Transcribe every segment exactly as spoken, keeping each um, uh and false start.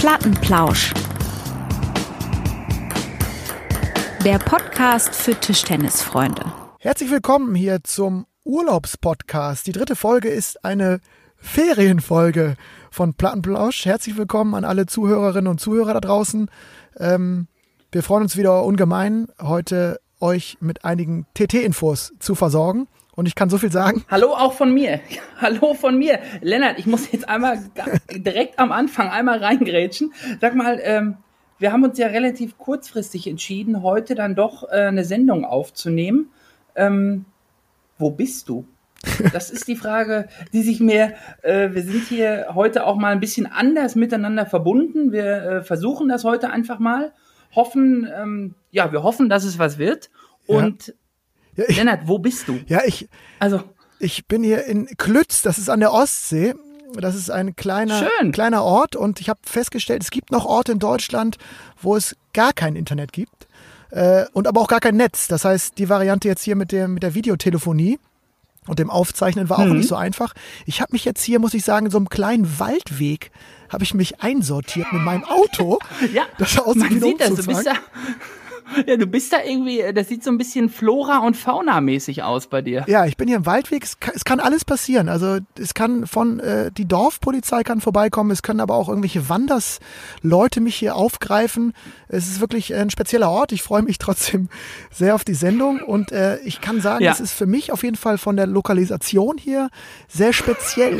Plattenplausch. Der Podcast für Tischtennisfreunde. Herzlich willkommen hier zum Urlaubspodcast. Die dritte Folge ist eine Ferienfolge von Plattenplausch. Herzlich willkommen an alle Zuhörerinnen und Zuhörer da draußen. Ähm, wir freuen uns wieder ungemein, heute euch mit einigen T T-Infos zu versorgen. Und ich kann so viel sagen. Hallo auch von mir. Hallo von mir. Lennart, ich muss jetzt einmal direkt am Anfang einmal reingrätschen. Sag mal, ähm, wir haben uns ja relativ kurzfristig entschieden, heute dann doch äh, eine Sendung aufzunehmen. Ähm, wo bist du? Das ist die Frage, die sich mir, äh, wir sind hier heute auch mal ein bisschen anders miteinander verbunden. Wir äh, versuchen das heute einfach mal. Hoffen, ähm, ja, wir hoffen, dass es was wird. Und ja, ich, Lennart, wo bist du? Ja, ich, also, ich bin hier in Klütz, das ist an der Ostsee. Das ist ein kleiner, kleiner Ort und ich habe festgestellt, es gibt noch Orte in Deutschland, wo es gar kein Internet gibt äh, und aber auch gar kein Netz. Das heißt, die Variante jetzt hier mit der, mit der Videotelefonie und dem Aufzeichnen war auch mhm. nicht so einfach. Ich habe mich jetzt hier, muss ich sagen, in so einem kleinen Waldweg habe ich mich einsortiert mit meinem Auto. Ja, das aussieht man wie sieht das, du bist da, ja, du bist da irgendwie, das sieht so ein bisschen Flora- und Fauna-mäßig aus bei dir. Ja, ich bin hier im Waldweg, es kann, es kann alles passieren. Also es kann von, äh, die Dorfpolizei kann vorbeikommen, es können aber auch irgendwelche Wandersleute mich hier aufgreifen. Es ist wirklich ein spezieller Ort, ich freue mich trotzdem sehr auf die Sendung und äh, ich kann sagen, ja. es ist für mich auf jeden Fall von der Lokalisation hier sehr speziell.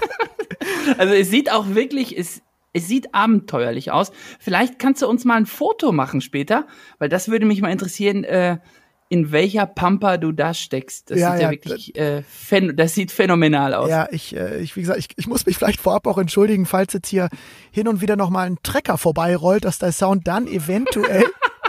Also es sieht auch wirklich, es Es sieht abenteuerlich aus. Vielleicht kannst du uns mal ein Foto machen später, weil das würde mich mal interessieren, äh, in welcher Pampa du da steckst. Das ja, sieht ja, ja wirklich, äh, phän- das sieht phänomenal aus. Ja, ich, äh, ich wie gesagt, ich, ich muss mich vielleicht vorab auch entschuldigen, falls jetzt hier hin und wieder nochmal ein Trecker vorbeirollt, dass der Sound dann eventuell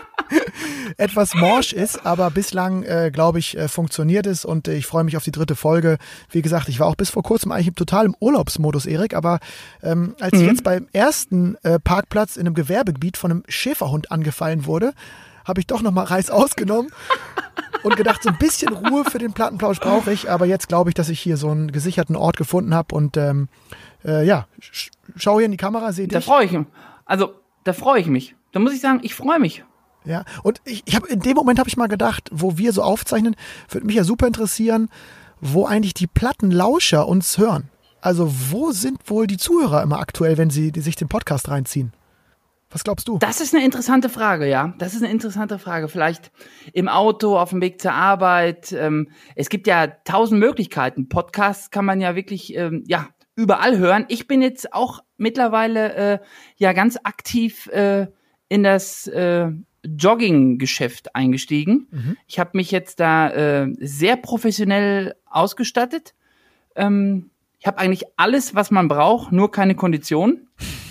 etwas morsch ist, aber bislang, äh, glaube ich, äh, funktioniert es und äh, ich freue mich auf die dritte Folge. Wie gesagt, ich war auch bis vor kurzem eigentlich total im Urlaubsmodus, Erik, aber ähm, als mhm. ich jetzt beim ersten äh, Parkplatz in einem Gewerbegebiet von einem Schäferhund angefallen wurde, habe ich doch nochmal Reis ausgenommen und gedacht, so ein bisschen Ruhe für den Plattenplausch brauche ich, aber jetzt glaube ich, dass ich hier so einen gesicherten Ort gefunden habe und ähm, äh, ja, sch- schau hier in die Kamera, seh dich. Da freue ich mich. Also, da freue ich mich. Da muss ich sagen, ich freue mich. Ja, und ich, ich habe in dem Moment habe ich mal gedacht, wo wir so aufzeichnen, würde mich ja super interessieren, wo eigentlich die Plattenlauscher uns hören. Also wo sind wohl die Zuhörer immer aktuell, wenn sie die sich den Podcast reinziehen? Was glaubst du? Das ist eine interessante Frage, ja. Das ist eine interessante Frage. Vielleicht im Auto, auf dem Weg zur Arbeit. Ähm, es gibt ja tausend Möglichkeiten. Podcasts kann man ja wirklich ähm, ja überall hören. Ich bin jetzt auch mittlerweile äh, ja ganz aktiv äh, in das äh, Jogging-Geschäft eingestiegen. Mhm. Ich habe mich jetzt da äh, sehr professionell ausgestattet. Ähm, ich habe eigentlich alles, was man braucht, nur keine Kondition.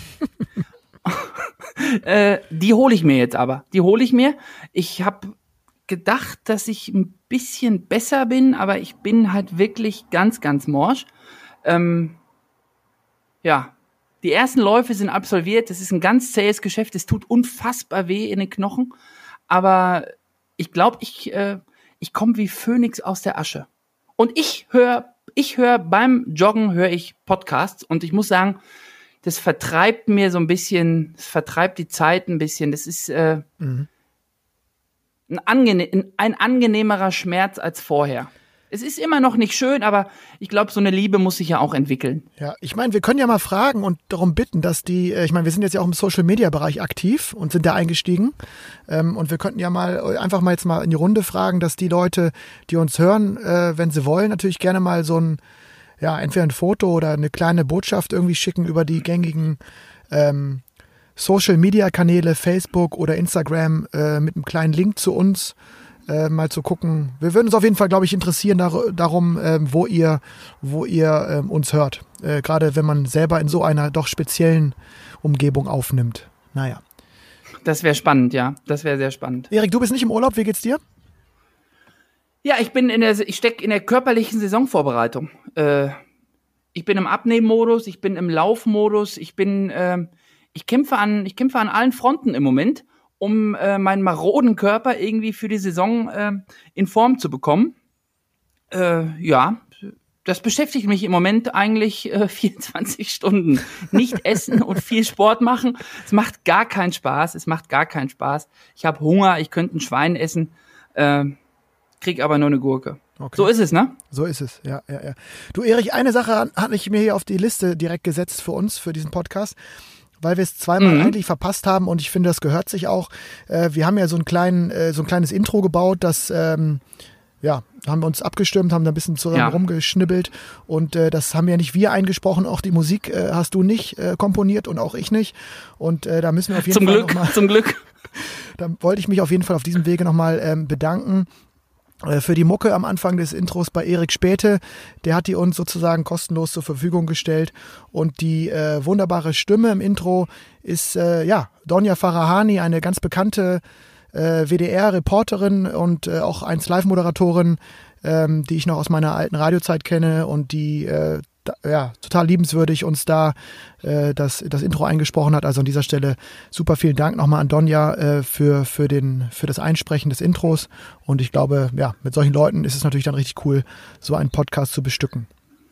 äh, die hole ich mir jetzt aber. Die hole ich mir. Ich habe gedacht, dass ich ein bisschen besser bin, aber ich bin halt wirklich ganz, ganz morsch. Ähm, ja, die ersten Läufe sind absolviert. Das ist ein ganz zähes Geschäft. Es tut unfassbar weh in den Knochen. Aber ich glaube, ich, äh, ich komme wie Phönix aus der Asche. Und ich höre, ich höre beim Joggen höre ich Podcasts. Und ich muss sagen, das vertreibt mir so ein bisschen, das vertreibt die Zeit ein bisschen. Das ist äh, mhm. ein, angene- ein angenehmerer Schmerz als vorher. Es ist immer noch nicht schön, aber ich glaube, so eine Liebe muss sich ja auch entwickeln. Ja, ich meine, wir können ja mal fragen und darum bitten, dass die, ich meine, wir sind jetzt ja auch im Social-Media-Bereich aktiv und sind da eingestiegen. Ähm, und wir könnten ja mal einfach mal jetzt mal in die Runde fragen, dass die Leute, die uns hören, äh, wenn sie wollen, natürlich gerne mal so ein, ja, entweder ein Foto oder eine kleine Botschaft irgendwie schicken über die gängigen ähm, Social-Media-Kanäle, Facebook oder Instagram äh, mit einem kleinen Link zu uns. Äh, mal zu gucken. Wir würden uns auf jeden Fall, glaube ich, interessieren dar- darum, äh, wo ihr, wo ihr äh, uns hört. Äh, Gerade wenn man selber in so einer doch speziellen Umgebung aufnimmt. Naja. Das wäre spannend, ja. Das wäre sehr spannend. Erik, du bist nicht im Urlaub. Wie geht's dir? Ja, ich bin in der, ich stecke in der körperlichen Saisonvorbereitung. Äh, ich bin im Abnehmmodus, ich bin im Laufmodus, ich bin, äh, ich kämpfe an, ich kämpfe an allen Fronten im Moment, um äh, meinen maroden Körper irgendwie für die Saison äh, in Form zu bekommen. Äh, ja, das beschäftigt mich im Moment eigentlich äh, vierundzwanzig Stunden. Nicht essen und viel Sport machen. Es macht gar keinen Spaß. Es macht gar keinen Spaß. Ich habe Hunger, ich könnte ein Schwein essen, äh, krieg aber nur eine Gurke. Okay. So ist es, ne? So ist es, ja, ja, ja. Du, Erich, eine Sache hatte ich mir hier auf die Liste direkt gesetzt für uns, für diesen Podcast, weil wir es zweimal mhm. eigentlich verpasst haben und ich finde, das gehört sich auch. Äh, wir haben ja so, einen kleinen, äh, so ein kleines Intro gebaut, das ähm, ja, haben wir uns abgestimmt, haben da ein bisschen zusammen ja. rumgeschnibbelt und äh, das haben ja nicht wir eingesprochen, auch die Musik äh, hast du nicht äh, komponiert und auch ich nicht und äh, da müssen wir auf jeden zum Fall Glück, noch mal, zum Glück. Da wollte ich mich auf jeden Fall auf diesem Wege nochmal ähm, bedanken äh, für die Mucke am Anfang des Intros bei Erik Späte. Der hat die uns sozusagen kostenlos zur Verfügung gestellt und die äh, wunderbare Stimme im Intro ist äh, ja Donja Farahani, eine ganz bekannte Äh, W D R-Reporterin und äh, auch eins Live-Moderatorin, ähm, die ich noch aus meiner alten Radiozeit kenne und die äh, da, ja, total liebenswürdig uns da äh, das, das Intro eingesprochen hat. Also an dieser Stelle super vielen Dank nochmal an Donja äh, für, für, den, für das Einsprechen des Intros und ich glaube, ja, mit solchen Leuten ist es natürlich dann richtig cool, so einen Podcast zu bestücken.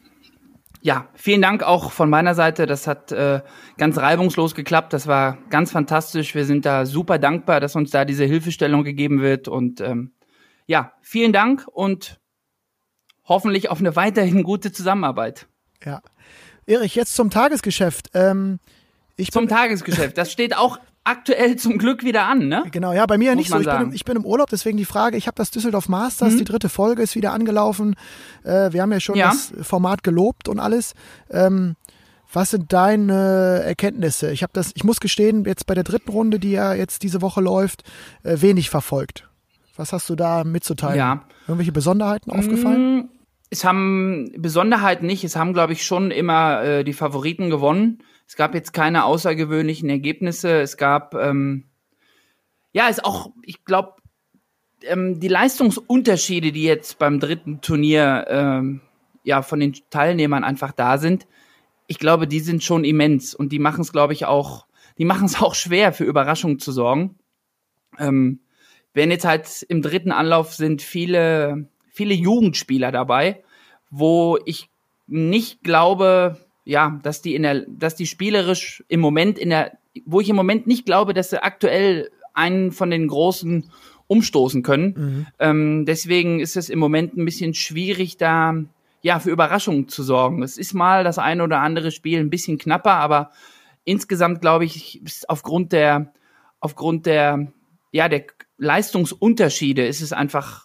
Ja, vielen Dank auch von meiner Seite. Das hat äh, ganz reibungslos geklappt. Das war ganz fantastisch. Wir sind da super dankbar, dass uns da diese Hilfestellung gegeben wird. Und ähm, ja, vielen Dank und hoffentlich auf eine weiterhin gute Zusammenarbeit. Ja, Erich, jetzt zum Tagesgeschäft. Ähm, ich zum bin, Tagesgeschäft. Das steht auch aktuell zum Glück wieder an, ne? Genau, ja, bei mir ja nicht so. Ich bin, im, ich bin im Urlaub, deswegen die Frage, ich habe das Düsseldorf Masters, mhm. die dritte Folge ist wieder angelaufen. Äh, wir haben ja schon ja. das Format gelobt und alles. Ähm, was sind deine Erkenntnisse? Ich habe das, ich muss gestehen, jetzt bei der dritten Runde, die ja jetzt diese Woche läuft, äh, wenig verfolgt. Was hast du da mitzuteilen? Ja. Irgendwelche Besonderheiten aufgefallen? Es haben Besonderheiten nicht. Es haben, glaube ich, schon immer äh, die Favoriten gewonnen. Es gab jetzt keine außergewöhnlichen Ergebnisse. Es gab, ähm, ja, ist auch, ich glaube, ähm, die Leistungsunterschiede, die jetzt beim dritten Turnier ähm, ja von den Teilnehmern einfach da sind, ich glaube, die sind schon immens und die machen es, glaube ich, auch, die machen es auch schwer, für Überraschungen zu sorgen. Ähm, wenn jetzt halt im dritten Anlauf sind viele, viele Jugendspieler dabei, wo ich nicht glaube, ja, dass die in der, dass die spielerisch im Moment in der, wo ich im Moment nicht glaube, dass sie aktuell einen von den Großen umstoßen können. Mhm. Ähm, deswegen ist es im Moment ein bisschen schwierig, da ja für Überraschungen zu sorgen. Es ist mal das eine oder andere Spiel ein bisschen knapper, aber insgesamt glaube ich, ist aufgrund der, aufgrund der, ja, der Leistungsunterschiede ist es einfach,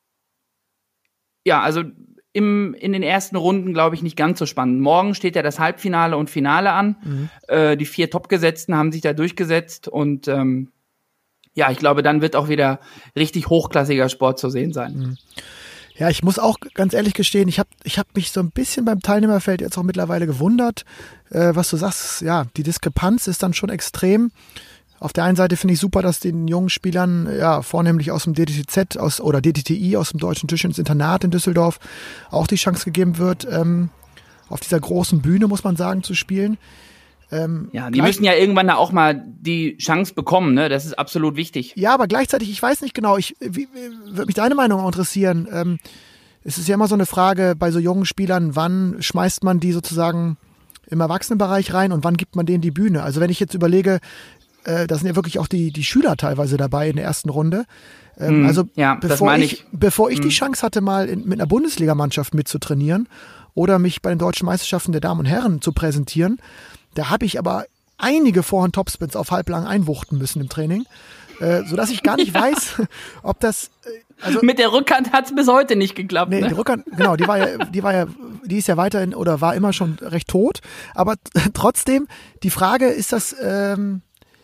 ja, also Im, in den ersten Runden, glaube ich, nicht ganz so spannend. Morgen steht ja das Halbfinale und Finale an. Mhm. Äh, die vier Topgesetzten haben sich da durchgesetzt. Und ähm, ja, ich glaube, dann wird auch wieder richtig hochklassiger Sport zu sehen sein. Mhm. Ja, ich muss auch ganz ehrlich gestehen, ich habe ich hab mich so ein bisschen beim Teilnehmerfeld jetzt auch mittlerweile gewundert, äh, was du sagst. Ja, die Diskrepanz ist dann schon extrem. Auf der einen Seite finde ich super, dass den jungen Spielern, ja, vornehmlich aus dem D T T Z aus, oder D T T I, aus dem Deutschen Tischtennis-Internat in Düsseldorf, auch die Chance gegeben wird, ähm, auf dieser großen Bühne, muss man sagen, zu spielen. Ähm, ja, die müssen ja irgendwann da auch mal die Chance bekommen, ne? Das ist absolut wichtig. Ja, aber gleichzeitig, ich weiß nicht genau, ich wie, wie, würde mich deine Meinung auch interessieren. Ähm, es ist ja immer so eine Frage bei so jungen Spielern, wann schmeißt man die sozusagen im Erwachsenenbereich rein und wann gibt man denen die Bühne? Also wenn ich jetzt überlege, da sind ja wirklich auch die, die Schüler teilweise dabei in der ersten Runde. Ähm, mm, also ja, bevor ich, ich, bevor ich mm. die Chance hatte, mal in, mit einer Bundesligamannschaft mitzutrainieren oder mich bei den deutschen Meisterschaften der Damen und Herren zu präsentieren, da habe ich aber einige Vorhand-Topspins auf halblang einwuchten müssen im Training, äh, sodass ich gar nicht ja. weiß, ob das... Äh, also mit der Rückhand hat es bis heute nicht geklappt. Nee, ne? die Rückhand, genau, die war ja, die war ja, die ist ja weiterhin oder war immer schon recht tot. Aber trotzdem, die Frage, ist das... Ähm,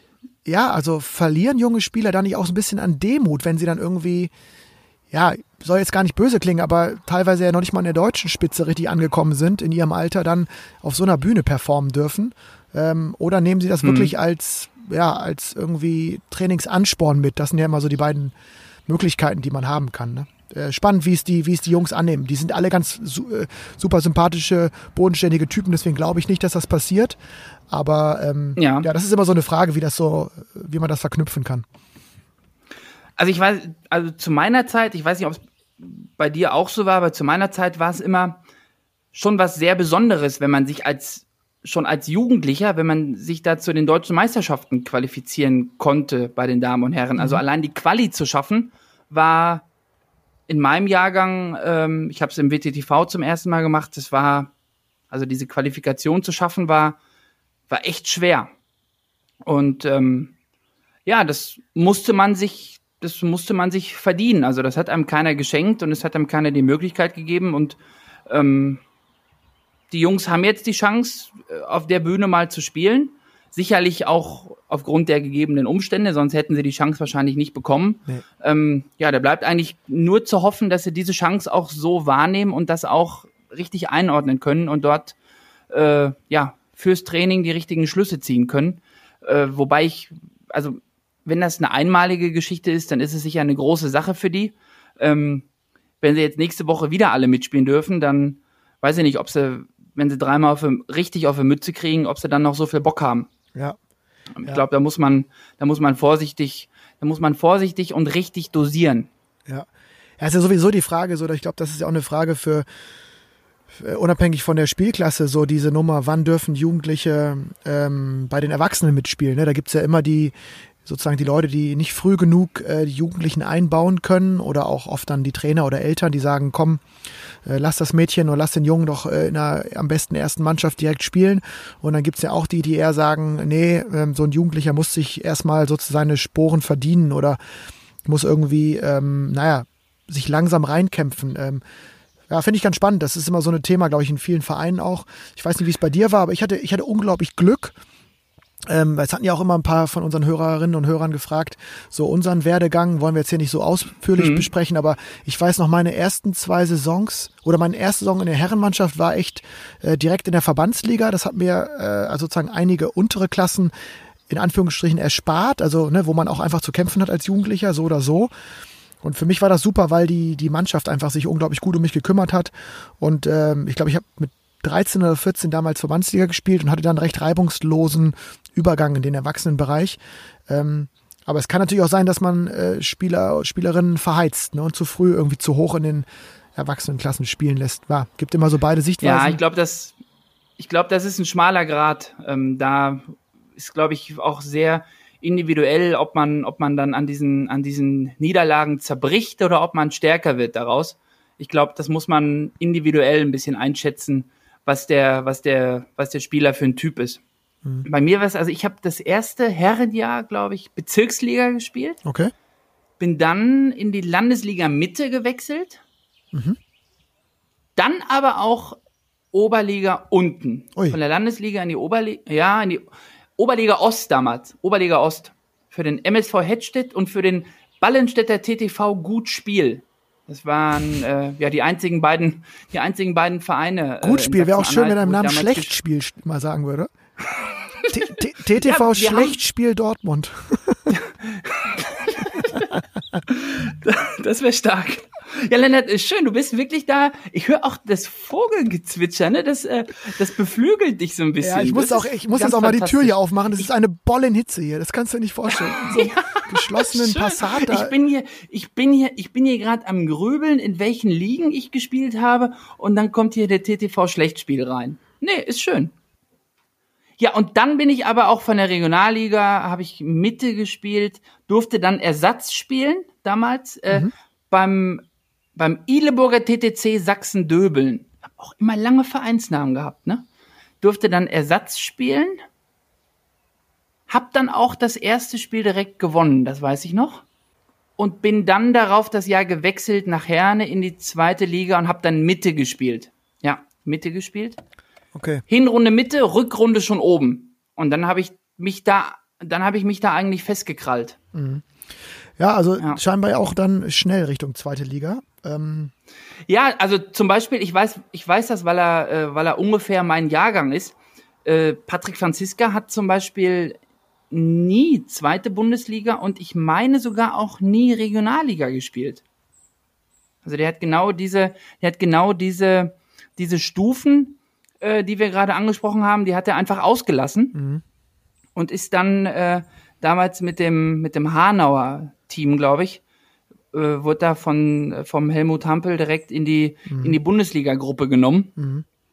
Ja, also verlieren junge Spieler da nicht auch so ein bisschen an Demut, wenn sie dann irgendwie, ja, soll jetzt gar nicht böse klingen, aber teilweise ja noch nicht mal in der deutschen Spitze richtig angekommen sind, in ihrem Alter dann auf so einer Bühne performen dürfen? Ähm, oder nehmen sie das mhm. wirklich als, ja, als irgendwie Trainingsansporn mit? Das sind ja immer so die beiden Möglichkeiten, die man haben kann, ne? Äh, spannend, wie es die, wie es die Jungs annehmen. Die sind alle ganz su- äh, super sympathische, bodenständige Typen, deswegen glaube ich nicht, dass das passiert. Aber ähm, ja. ja, das ist immer so eine Frage, wie das so, wie man das verknüpfen kann. Also ich weiß, also zu meiner Zeit, ich weiß nicht, ob es bei dir auch so war, aber zu meiner Zeit war es immer, schon was sehr Besonderes, wenn man sich als schon als Jugendlicher, wenn man sich da zu den deutschen Meisterschaften qualifizieren konnte bei den Damen und Herren. Also allein die Quali zu schaffen, war in meinem Jahrgang, ähm, ich habe es im W T T V zum ersten Mal gemacht, das war, also diese Qualifikation zu schaffen, war, war echt schwer. Und ähm, ja, das musste man sich, das musste man sich verdienen. Also das hat einem keiner geschenkt und es hat einem keiner die Möglichkeit gegeben. Und ähm, die Jungs haben jetzt die Chance, auf der Bühne mal zu spielen. Sicherlich auch aufgrund der gegebenen Umstände, sonst hätten sie die Chance wahrscheinlich nicht bekommen. Nee. Ähm, ja, da bleibt eigentlich nur zu hoffen, dass sie diese Chance auch so wahrnehmen und das auch richtig einordnen können und dort äh, ja fürs Training die richtigen Schlüsse ziehen können. Äh, wobei ich, also wenn das eine einmalige Geschichte ist, dann ist es sicher eine große Sache für die. Ähm, wenn sie jetzt nächste Woche wieder alle mitspielen dürfen, dann weiß ich nicht, ob sie, wenn sie dreimal auf, richtig auf die Mütze kriegen, ob sie dann noch so viel Bock haben. Ja. Ich ja. glaube, da muss man, da muss man vorsichtig, da muss man vorsichtig und richtig dosieren. Ja. Ja, ist ja sowieso die Frage, so, ich glaube, das ist ja auch eine Frage für, für, unabhängig von der Spielklasse, so diese Nummer, wann dürfen Jugendliche ähm, bei den Erwachsenen mitspielen, ne? Da gibt's ja immer die, sozusagen die Leute, die nicht früh genug äh, die Jugendlichen einbauen können oder auch oft dann die Trainer oder Eltern, die sagen, komm, äh, lass das Mädchen oder lass den Jungen doch äh, in einer am besten ersten Mannschaft direkt spielen. Und dann gibt's ja auch die, die eher sagen, nee, ähm, so ein Jugendlicher muss sich erstmal sozusagen seine Sporen verdienen oder muss irgendwie, ähm, naja, sich langsam reinkämpfen. Ähm, ja, finde ich ganz spannend. Das ist immer so ein Thema, glaube ich, in vielen Vereinen auch. Ich weiß nicht, wie es bei dir war, aber ich hatte, ich hatte unglaublich Glück. Ähm, es hatten ja auch immer ein paar von unseren Hörerinnen und Hörern gefragt, so unseren Werdegang wollen wir jetzt hier nicht so ausführlich mhm. besprechen, aber ich weiß noch, meine ersten zwei Saisons oder meine erste Saison in der Herrenmannschaft war echt äh, direkt in der Verbandsliga. Das hat mir äh, also sozusagen einige untere Klassen in Anführungsstrichen erspart, also ne, wo man auch einfach zu kämpfen hat als Jugendlicher, so oder so. Und für mich war das super, weil die die Mannschaft einfach sich unglaublich gut um mich gekümmert hat. Und ähm, ich glaube, ich habe mit dreizehn oder vierzehn damals Verbandsliga gespielt und hatte dann einen recht reibungslosen Übergang in den Erwachsenenbereich. Ähm, aber es kann natürlich auch sein, dass man äh, Spieler, Spielerinnen verheizt, ne, und zu früh irgendwie zu hoch in den Erwachsenenklassen spielen lässt. Ja, gibt immer so beide Sichtweisen. Ja, ich glaube, das, ich glaube, das ist ein schmaler Grat. Ähm, da ist, glaube ich, auch sehr individuell, ob man, ob man dann an diesen, an diesen Niederlagen zerbricht oder ob man stärker wird daraus. Ich glaube, das muss man individuell ein bisschen einschätzen, was der, was der, was der Spieler für ein Typ ist. Mhm. Bei mir war es, also ich habe das erste Herrenjahr, glaube ich, Bezirksliga gespielt. Okay. Bin dann in die Landesliga Mitte gewechselt. Mhm. Dann aber auch Oberliga unten. Ui. Von der Landesliga in die Oberliga, ja, in die Oberliga Ost damals. Oberliga Ost. Für den M S V Hettstedt und für den Ballenstädter T T V Gut Spiel. Das waren äh, ja die einzigen beiden, die einzigen beiden Vereine. Gutspiel, äh, wäre auch schön, wenn er im Namen Schlechtspiel mal sagen würde. T T V ja, Schlechtspiel Dortmund. Das wäre stark. Ja, Lennart, ist schön, du bist wirklich da. Ich höre auch das Vogelgezwitscher, ne? Das, äh, das beflügelt dich so ein bisschen. Ja, ich muss das auch, ich muss jetzt auch mal die Tür hier aufmachen. Das ist eine Bollenhitze hier. Das kannst du dir nicht vorstellen. So ja, geschlossenen Passat. Ich bin hier, ich bin hier, ich bin hier gerade am Grübeln, in welchen Ligen ich gespielt habe. Und dann kommt hier der T T V Schlechtspiel rein. Nee, ist schön. Ja, und dann bin ich aber auch von der Regionalliga, habe ich Mitte gespielt, durfte dann Ersatz spielen damals äh, mhm. beim beim Ihleburger T T C Sachsen-Döbeln. Hab auch immer lange Vereinsnamen gehabt, ne? Durfte dann Ersatz spielen. Hab dann auch das erste Spiel direkt gewonnen, das weiß ich noch. Und bin dann darauf das Jahr gewechselt nach Herne in die zweite Liga und hab dann Mitte gespielt. Ja, Mitte gespielt. Okay. Hinrunde Mitte, Rückrunde schon oben. Und dann habe ich mich da, dann habe ich mich da eigentlich festgekrallt. Mhm. Ja, also ja. scheinbar auch dann schnell Richtung zweite Liga. Ähm. Ja, also zum Beispiel, ich weiß, ich weiß das, weil er, äh, weil er ungefähr mein Jahrgang ist. Äh, Patrick Franziska hat zum Beispiel nie zweite Bundesliga und ich meine sogar auch nie Regionalliga gespielt. Also der hat genau diese, der hat genau diese, diese Stufen, äh, die wir gerade angesprochen haben, die hat er einfach ausgelassen mhm. und ist dann äh, damals mit dem, mit dem Hanauer Team, glaube ich, äh, wurde da von vom Helmut Hampel direkt in die mhm. in die Bundesliga-Gruppe genommen. Mhm.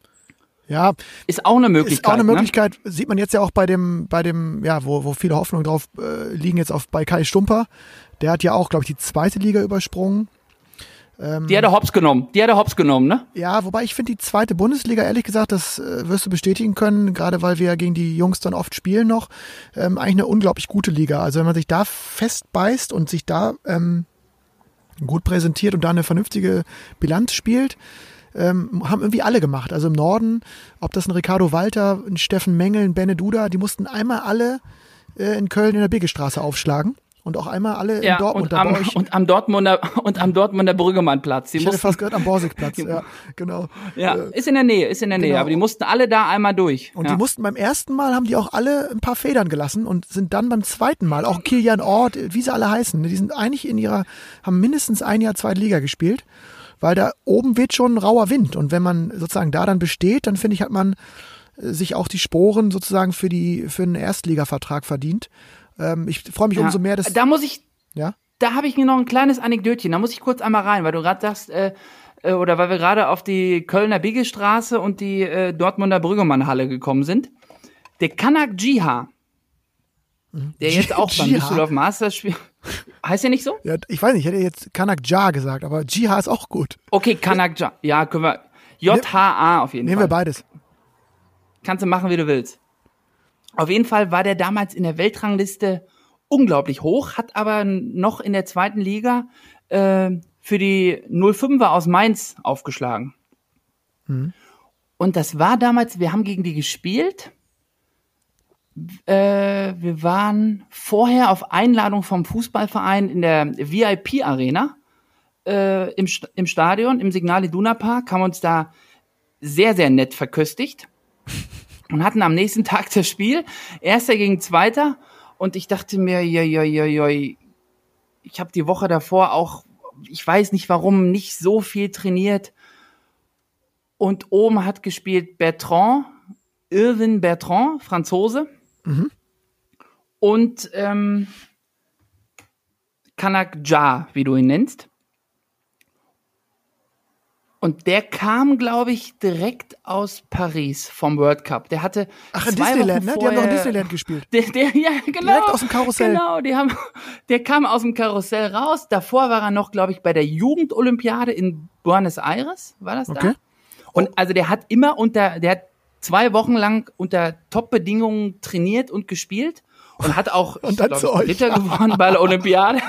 Ja, ist auch eine Möglichkeit. Ist auch eine ne? Möglichkeit, sieht man jetzt ja auch bei dem, bei dem, ja, wo, wo viele Hoffnungen drauf äh, liegen jetzt auf bei Kai Stumper. Der hat ja auch, glaube ich, die zweite Liga übersprungen. Ähm, Die hat er hops genommen. Die hat er hops genommen, ne? Ja, wobei ich finde die zweite Bundesliga, ehrlich gesagt, das äh, wirst du bestätigen können, gerade weil wir ja gegen die Jungs dann oft spielen noch, ähm, eigentlich eine unglaublich gute Liga. Also wenn man sich da festbeißt und sich da ähm, gut präsentiert und da eine vernünftige Bilanz spielt, Ähm, haben irgendwie alle gemacht. Also im Norden, ob das ein Ricardo Walter, ein Steffen Mengel, ein Benne Duda, die mussten einmal alle äh, in Köln in der Biggestraße aufschlagen und auch einmal alle ja, in Dortmund. Und da am, bei euch. und am Dortmunder und am Dortmunder Brüggemannplatz. Die Ich hätte mussten, fast gehört am Borsigplatz. Ja, genau. ja, Äh, ist in der Nähe, ist in der Nähe. genau. Aber die mussten alle da einmal durch. Und ja. die mussten beim ersten Mal, haben die auch alle ein paar Federn gelassen und sind dann beim zweiten Mal, auch Kilian Ort, wie sie alle heißen, die sind eigentlich in ihrer, haben mindestens ein Jahr zweite Liga gespielt. Weil da oben weht schon ein rauer Wind. Und wenn man sozusagen da dann besteht, dann finde ich, hat man äh, sich auch die Sporen sozusagen für die für einen Erstligavertrag verdient. Ähm, ich freue mich ja. umso mehr, dass... Da muss ich, ja? da habe ich mir noch ein kleines Anekdötchen. Da muss ich kurz einmal rein, weil du gerade sagst, äh, äh, oder weil wir gerade auf die Kölner Biggestraße und die äh, Dortmunder Brüggemannhalle gekommen sind. Der Kanak Jiha, der jetzt auch beim Jiha? Düsseldorf Masters spielt. Heißt der nicht so? Ja, ich weiß nicht, ich hätte jetzt Kanak Ja gesagt, aber Jiha ist auch gut. Okay, Kanak Ja. Ja, können wir. J H A auf jeden Nehmen Fall. wir beides. Kannst du machen, wie du willst. Auf jeden Fall war der damals in der Weltrangliste unglaublich hoch, hat aber noch in der zweiten Liga äh, für die null fünfer aus Mainz aufgeschlagen. Mhm. Und Und das war damals, wir haben gegen die gespielt. Äh, wir waren vorher auf Einladung vom Fußballverein in der V I P-Arena äh, im, St- im Stadion, im Signal Iduna Park, haben uns da sehr, sehr nett verköstigt und hatten am nächsten Tag das Spiel, Erster gegen Zweiter, und ich dachte mir, joi, joi, joi, joi, ich habe die Woche davor auch, ich weiß nicht warum, nicht so viel trainiert, und oben hat gespielt Bertrand, Irvin Bertrand, Franzose, Mhm. und ähm, Kanak Ja, wie du ihn nennst. Und der kam, glaube ich, direkt aus Paris vom World Cup. Der hatte Ach, in zwei Disneyland, Wochen ne? Die haben doch in vorher- Disneyland gespielt. Der, der, ja, genau. Direkt aus dem Karussell. Genau, die haben, der kam aus dem Karussell raus. Davor war er noch, glaube ich, bei der Jugendolympiade in Buenos Aires. War das Okay. da? Und also der hat immer unter, der hat zwei Wochen lang unter Top-Bedingungen trainiert und gespielt und hat auch, Und ich dann glaub, zu euch. Dritter geworden bei der Olympiade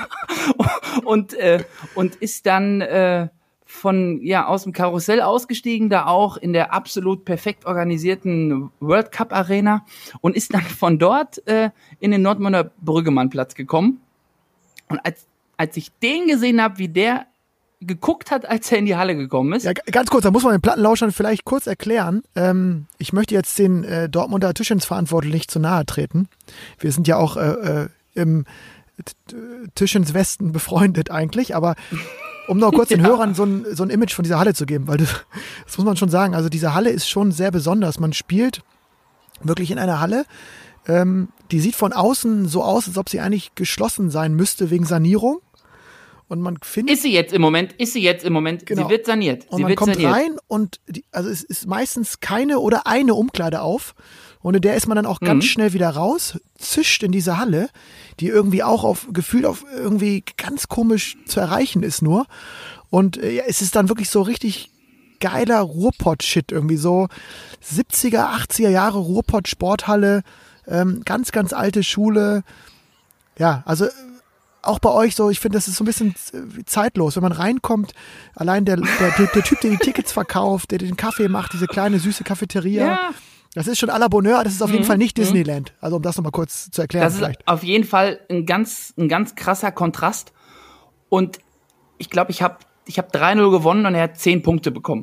und äh, und ist dann äh, von ja aus dem Karussell ausgestiegen, da auch in der absolut perfekt organisierten World Cup Arena, und ist dann von dort äh, in den Dortmunder Brüggemannplatz gekommen. Und als als ich den gesehen habe, wie der geguckt hat, als er in die Halle gekommen ist. Ja, g- ganz kurz, da muss man den Plattenlauschern vielleicht kurz erklären. Ähm, ich möchte jetzt den äh, Dortmunder Tischchens-Verantwortlichen nicht zu nahe treten. Wir sind ja auch äh, äh, im T- Tischchens Westen befreundet eigentlich, aber um noch kurz den Ja. Hörern so ein, so ein Image von dieser Halle zu geben, weil das, das muss man schon sagen, also diese Halle ist schon sehr besonders. Man spielt wirklich in einer Halle, ähm, die sieht von außen so aus, als ob sie eigentlich geschlossen sein müsste wegen Sanierung. Und man findet Ist sie jetzt im Moment, ist sie jetzt im Moment, Genau. sie wird saniert. Und sie man wird kommt saniert. rein und die, also es ist meistens keine oder eine Umkleide auf. Und in der ist man dann auch ganz Mhm. schnell wieder raus, zischt in diese Halle, die irgendwie auch auf gefühlt auf irgendwie ganz komisch zu erreichen ist nur. Und äh, ja, es ist dann wirklich so richtig geiler Ruhrpott-Shit irgendwie so siebziger, achtziger Jahre Ruhrpott-Sporthalle, ähm, ganz, ganz alte Schule. Ja, also äh, auch bei euch so, ich finde, das ist so ein bisschen äh, zeitlos, wenn man reinkommt, allein der, der, der, der Typ, der die Tickets verkauft, der den Kaffee macht, diese kleine süße Cafeteria, Ja, das ist schon à la Bonheur, das ist auf jeden Mhm, Fall nicht mhm. Disneyland. Also um das nochmal kurz zu erklären das ist vielleicht. auf jeden Fall ein ganz, ein ganz krasser Kontrast. Und ich glaube, ich habe ich hab drei null gewonnen und er hat zehn Punkte bekommen.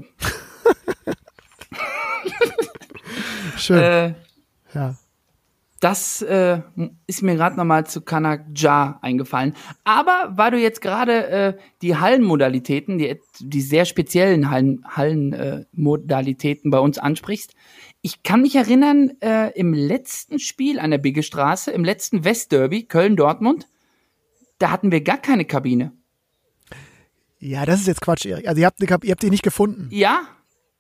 Schön, Äh, ja. Das äh, ist mir gerade nochmal zu Kanak Ja eingefallen. Aber weil du jetzt gerade äh, die Hallenmodalitäten, die, die sehr speziellen Hallen, Hallenmodalitäten bei uns ansprichst, ich kann mich erinnern, äh, im letzten Spiel an der Biggestraße, im letzten Westderby, Köln-Dortmund, da hatten wir gar keine Kabine. Ja, das ist jetzt Quatsch, Erik. Also ihr habt, ihr habt die nicht gefunden. Ja,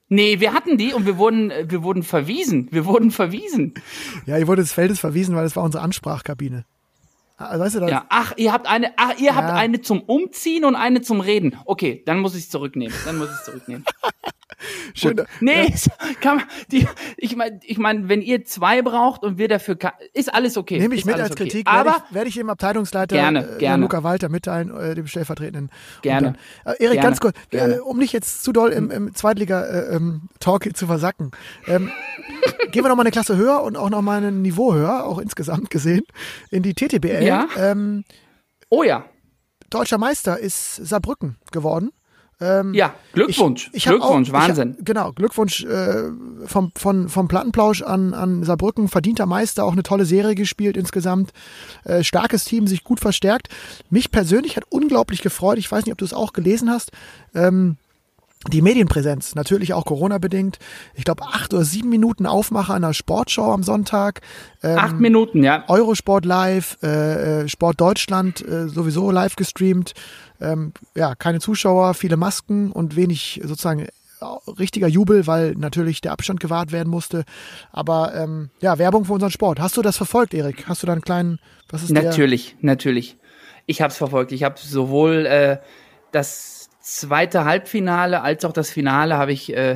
Nee, wir hatten die und wir wurden, wir wurden verwiesen. Wir wurden verwiesen. Ja, ihr wurde des Feldes verwiesen, weil es war unsere Ansprachkabine. Also, weißt du das? Ja, ach, ihr habt eine, ach, ihr ja. habt eine zum Umziehen und eine zum Reden. Okay, dann muss ich es zurücknehmen. Dann muss ich es zurücknehmen. Schön. Gut. Nee, ja. kann man, die, ich meine, ich mein, wenn ihr zwei braucht und wir dafür, kann, ist alles okay. Nehme ich ist mit als okay. Kritik, aber werde ich, werd ich dem Abteilungsleiter gerne, äh, gerne. Luca Walter mitteilen, äh, dem stellvertretenden. Gerne. Dann, äh, Erik, gerne. ganz kurz, äh, um nicht jetzt zu doll im, im Zweitliga-Talk äh, zu versacken, ähm, gehen wir noch mal eine Klasse höher und auch noch mal ein Niveau höher, auch insgesamt gesehen, in die T T B L. Ja. Ähm, oh ja. Deutscher Meister ist Saarbrücken geworden. Ähm, ja, Glückwunsch. Ich, ich Glückwunsch, auch, Wahnsinn. Ich, genau, Glückwunsch äh, vom, von, vom Plattenplausch an, an Saarbrücken, verdienter Meister, auch eine tolle Serie gespielt insgesamt. Äh, starkes Team, sich gut verstärkt. Mich persönlich hat unglaublich gefreut, ich weiß nicht, ob du es auch gelesen hast, ähm, die Medienpräsenz, natürlich auch Corona-bedingt. Ich glaube, acht oder sieben Minuten Aufmacher an der Sportschau am Sonntag. Ähm, acht Minuten, ja. Eurosport live, äh, Sport Deutschland äh, sowieso live gestreamt. Ähm, ja, keine Zuschauer, viele Masken und wenig sozusagen richtiger Jubel, weil natürlich der Abstand gewahrt werden musste. Aber ähm, ja, Werbung für unseren Sport. Hast du das verfolgt, Erik? Hast du da einen kleinen, was ist Natürlich, der? natürlich. Ich habe es verfolgt. Ich habe sowohl äh, das zweite Halbfinale als auch das Finale habe ich, äh,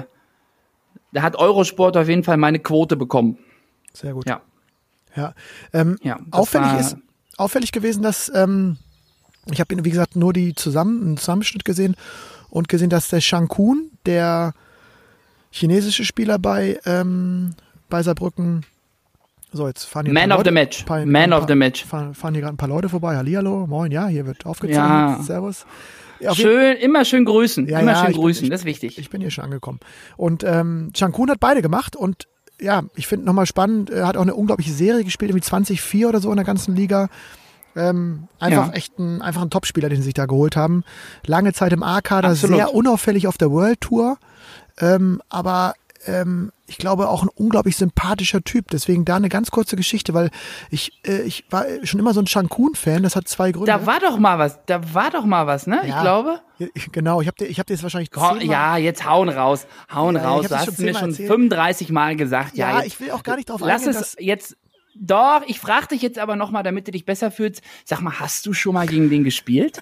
da hat Eurosport auf jeden Fall meine Quote bekommen. Sehr gut. Ja. Ja. Ähm, ja auffällig ist auffällig gewesen, dass ähm, ich habe, wie gesagt, nur die zusammen, einen Zusammenschnitt gesehen und gesehen, dass der Shankun, der chinesische Spieler bei, ähm, bei Saarbrücken, so jetzt fahren hier Man of Leute, the Match. paar, Man paar, of the Match. Fahren, fahren hier gerade ein paar Leute vorbei. Hallihallo, moin, ja, hier wird aufgezeichnet. Ja. Servus. Ja, schön, immer schön grüßen. Ja, immer ja, schön grüßen, bin, ich, das ist wichtig. Ich bin hier schon angekommen. Und ähm, Shankun hat beide gemacht und ja, ich finde nochmal spannend, er hat auch eine unglaubliche Serie gespielt, irgendwie zwanzig vier oder so in der ganzen Liga. Ähm, einfach ja. echt ein, einfach ein Topspieler, den sie sich da geholt haben. Lange Zeit im A-Kader, sehr unauffällig auf der World Tour, ähm, aber ähm, ich glaube auch ein unglaublich sympathischer Typ. Deswegen da eine ganz kurze Geschichte, weil ich, äh, ich war schon immer so ein Shankun-Fan, das hat zwei Gründe. Da war doch mal was, da war doch mal was, ne? Ja, ich glaube. Genau, ich habe dir, ich hab dir jetzt wahrscheinlich zehnmal, Ja, jetzt hauen raus, hauen ja, raus. Du hast mir schon erzählt. fünfunddreißig Mal gesagt. Ja, ja jetzt, ich will auch gar nicht drauf lass eingehen. Lass es jetzt, doch, ich frage dich jetzt aber nochmal, damit du dich besser fühlst. Sag mal, hast du schon mal gegen den gespielt?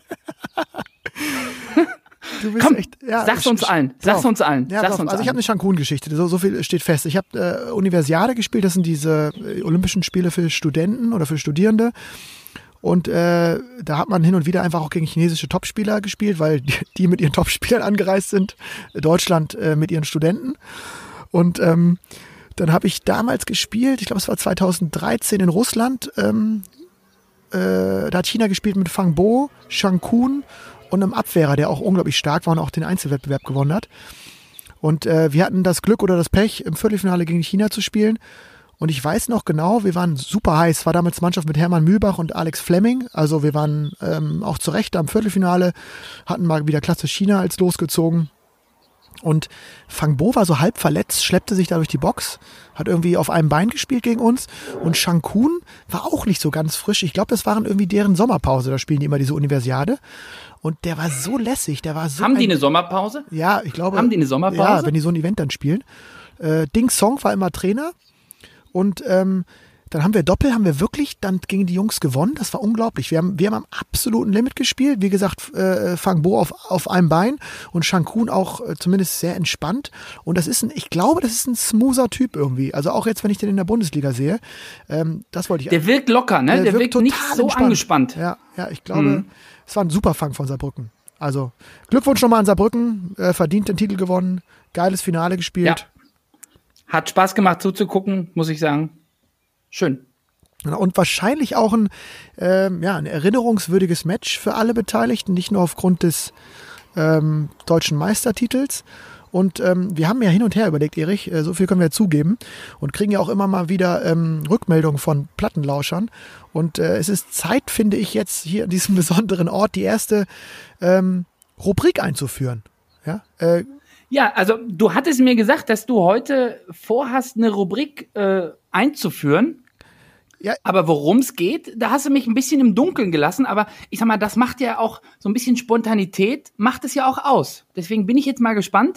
Du bist Komm, echt, ja, sag's uns allen. Sag's uns allen. Ja, sag's uns also allen. ich habe eine Shankun-Geschichte, so, so viel steht fest. Ich habe äh, Universiade gespielt, das sind diese äh, Olympischen Spiele für Studenten oder für Studierende. Und äh, da hat man hin und wieder einfach auch gegen chinesische Topspieler gespielt, weil die, die mit ihren Topspielern angereist sind, Deutschland äh, mit ihren Studenten. Und ähm, dann habe ich damals gespielt, ich glaube es war zweitausenddreizehn in Russland, ähm, äh, da hat China gespielt mit Fang Bo, Shankun und einem Abwehrer, der auch unglaublich stark war und auch den Einzelwettbewerb gewonnen hat. Und äh, wir hatten das Glück oder das Pech, im Viertelfinale gegen China zu spielen. Und ich weiß noch genau, wir waren super heiß. War damals Mannschaft mit Hermann Mühlbach und Alex Fleming. Also wir waren ähm, auch zu Recht am Viertelfinale, hatten mal wieder klasse China als losgezogen. Und Fang Bo war so halb verletzt, schleppte sich da durch die Box, hat irgendwie auf einem Bein gespielt gegen uns. Und Shankun war auch nicht so ganz frisch. Ich glaube, das waren irgendwie deren Sommerpause. Da spielen die immer diese Universiade. Und der war so lässig, der war so. Haben ein, die eine Sommerpause? Ja, ich glaube. Haben die eine Sommerpause? Ja, wenn die so ein Event dann spielen. Äh, Ding Song war immer Trainer. Und ähm, dann haben wir Doppel, haben wir wirklich dann gegen die Jungs gewonnen. Das war unglaublich. Wir haben, wir haben am absoluten Limit gespielt. Wie gesagt, äh, Fang Bo auf, auf einem Bein und Shankun auch äh, zumindest sehr entspannt. Und das ist ein, ich glaube, das ist ein smoother Typ irgendwie. Also auch jetzt, wenn ich den in der Bundesliga sehe. Ähm, das wollte ich. Der wirkt locker, ne? Der, der wirkt, wirkt nicht so entspannt. angespannt. Ja, ja, ich glaube, mhm. es war ein super Fang von Saarbrücken. Also Glückwunsch nochmal an Saarbrücken. Äh, verdient den Titel gewonnen. Geiles Finale gespielt. Ja. Hat Spaß gemacht zuzugucken, muss ich sagen. Schön. Und wahrscheinlich auch ein, ähm, ja, ein erinnerungswürdiges Match für alle Beteiligten, nicht nur aufgrund des ähm, deutschen Meistertitels. Und ähm, wir haben ja hin und her überlegt, Erich, äh, so viel können wir zugeben und kriegen ja auch immer mal wieder ähm, Rückmeldungen von Plattenlauschern. Und äh, es ist Zeit, finde ich, jetzt hier an diesem besonderen Ort die erste ähm, Rubrik einzuführen. Ja, äh, Ja, also du hattest mir gesagt, dass du heute vorhast, eine Rubrik äh, einzuführen. Ja. Aber worum es geht, da hast du mich ein bisschen im Dunkeln gelassen. Aber ich sag mal, das macht ja auch so ein bisschen Spontanität, macht es ja auch aus. Deswegen bin ich jetzt mal gespannt,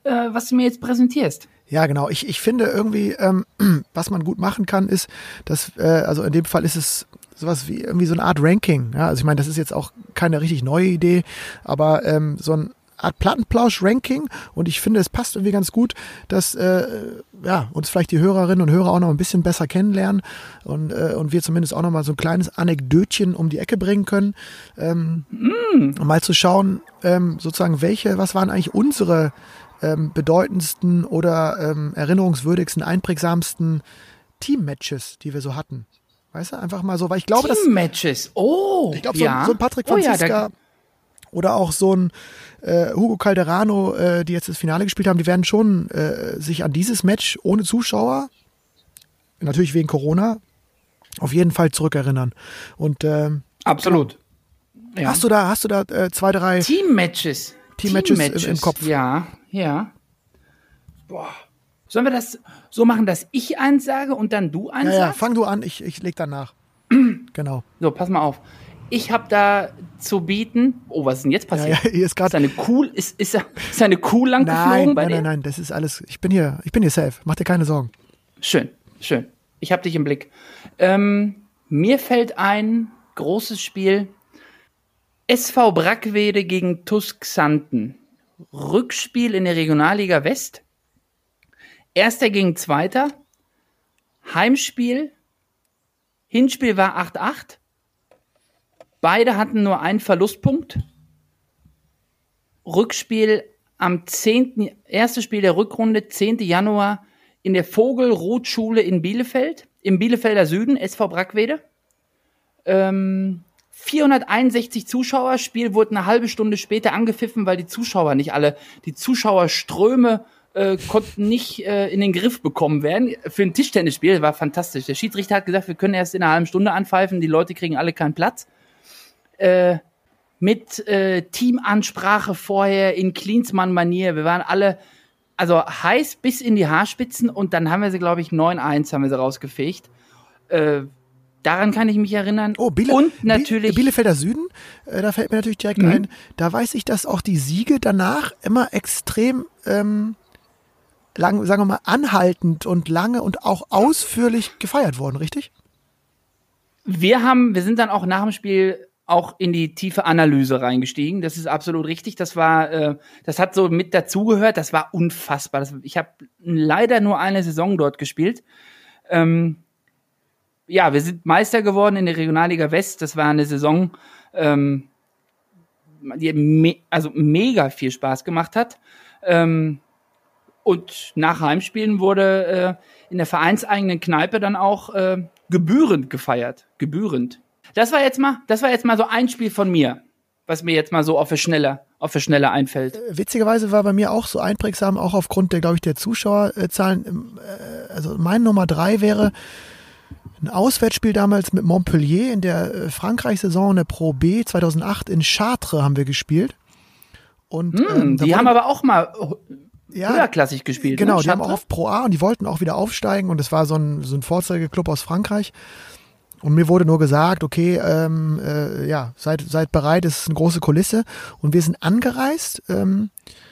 äh, was du mir jetzt präsentierst. Ja, genau. Ich, ich finde irgendwie, ähm, was man gut machen kann, ist, dass, äh, also in dem Fall ist es sowas wie irgendwie so eine Art Ranking. Ja, also ich meine, das ist jetzt auch keine richtig neue Idee, aber ähm, so eine Art Plattenplausch-Ranking, und ich finde, es passt irgendwie ganz gut, dass äh, ja, uns vielleicht die Hörerinnen und Hörer auch noch ein bisschen besser kennenlernen und, äh, und wir zumindest auch noch mal so ein kleines Anekdötchen um die Ecke bringen können, ähm, mm. um mal zu schauen, ähm, sozusagen, welche, was waren eigentlich unsere ähm, bedeutendsten oder ähm, erinnerungswürdigsten, einprägsamsten Team-Matches, die wir so hatten. Weißt du, einfach mal so, weil ich glaube, dass Team-Matches, oh, ich glaube, so, ja. so ein Patrick Franziska oh, ja, oder auch so ein äh, Hugo Calderano, äh, die jetzt das Finale gespielt haben, die werden schon äh, sich an dieses Match ohne Zuschauer, natürlich wegen Corona, auf jeden Fall zurückerinnern. Und ähm, absolut. Ja. Hast du da, hast du da äh, zwei, drei Team-Matches? Team-Matches Team-Matches im, im Kopf? Ja, ja. Boah. Sollen wir das so machen, dass ich eins sage und dann du eins ja, ja, sagst? Fang du an, ich, ich leg dann nach. Genau. So, pass mal auf. Ich habe da zu bieten. Oh, was ist denn jetzt passiert? Ja, ja, hier ist gerade eine Kuh, ist, ist, ist eine Kuh lang geflogen bei nein, dir? Nein, nein, nein, das ist alles. Ich bin hier, ich bin hier safe. Mach dir keine Sorgen. Schön, schön. Ich habe dich im Blick. Ähm, mir fällt ein großes Spiel. S V Brackwede gegen T U S Xanten. Rückspiel in der Regionalliga West. Erster gegen Zweiter. Heimspiel. Hinspiel war acht acht. Beide hatten nur einen Verlustpunkt. Rückspiel am zehnten Erstes Spiel der Rückrunde, zehnten Januar in der Vogelrotschule in Bielefeld, im Bielefelder Süden, S V Brackwede. Ähm, vierhunderteinundsechzig Zuschauer, Spiel wurde eine halbe Stunde später angepfiffen, weil die Zuschauer nicht alle, die Zuschauerströme äh, konnten nicht äh, in den Griff bekommen werden. Für ein Tischtennisspiel war fantastisch. Der Schiedsrichter hat gesagt, wir können erst in einer halben Stunde anpfeifen, die Leute kriegen alle keinen Platz. Äh, mit äh, Teamansprache vorher in Klinsmann-Manier. Wir waren alle also heiß bis in die Haarspitzen und dann haben wir sie, glaube ich, neun eins haben wir sie rausgefegt. Äh, daran kann ich mich erinnern. Oh, Biele- und natürlich Bielefelder Süden, äh, da fällt mir natürlich direkt mhm. ein, da weiß ich, dass auch die Siege danach immer extrem ähm, lang, sagen wir mal, anhaltend und lange und auch ausführlich gefeiert wurden, richtig? Wir haben, wir sind dann auch nach dem Spiel auch in die tiefe Analyse reingestiegen. Das ist absolut richtig. Das war, äh, das hat so mit dazugehört. Das war unfassbar. Das, ich habe leider nur eine Saison dort gespielt. Ähm, ja, wir sind Meister geworden in der Regionalliga West. Das war eine Saison, ähm, die me- also mega viel Spaß gemacht hat. Ähm, und nach Heimspielen wurde äh, in der vereinseigenen Kneipe dann auch äh, gebührend gefeiert. Gebührend. Das war jetzt mal, das war jetzt mal so ein Spiel von mir, was mir jetzt mal so auf der Schnelle, auf der Schnelle einfällt. Witzigerweise war bei mir auch so einprägsam, auch aufgrund der, glaube ich, der Zuschauerzahlen. Also mein Nummer drei wäre ein Auswärtsspiel damals mit Montpellier in der Frankreich-Saison, der Pro B zweitausendacht in Chartres haben wir gespielt. Und mm, ähm, die haben aber auch mal ja, höherklassig gespielt. Genau, ne? die haben auch auf Pro A und die wollten auch wieder aufsteigen und es war so ein, so ein Vorzeigeklub aus Frankreich. Und mir wurde nur gesagt, okay, ähm, äh, ja, seid, seid bereit, es ist eine große Kulisse. Und wir sind angereist ähm,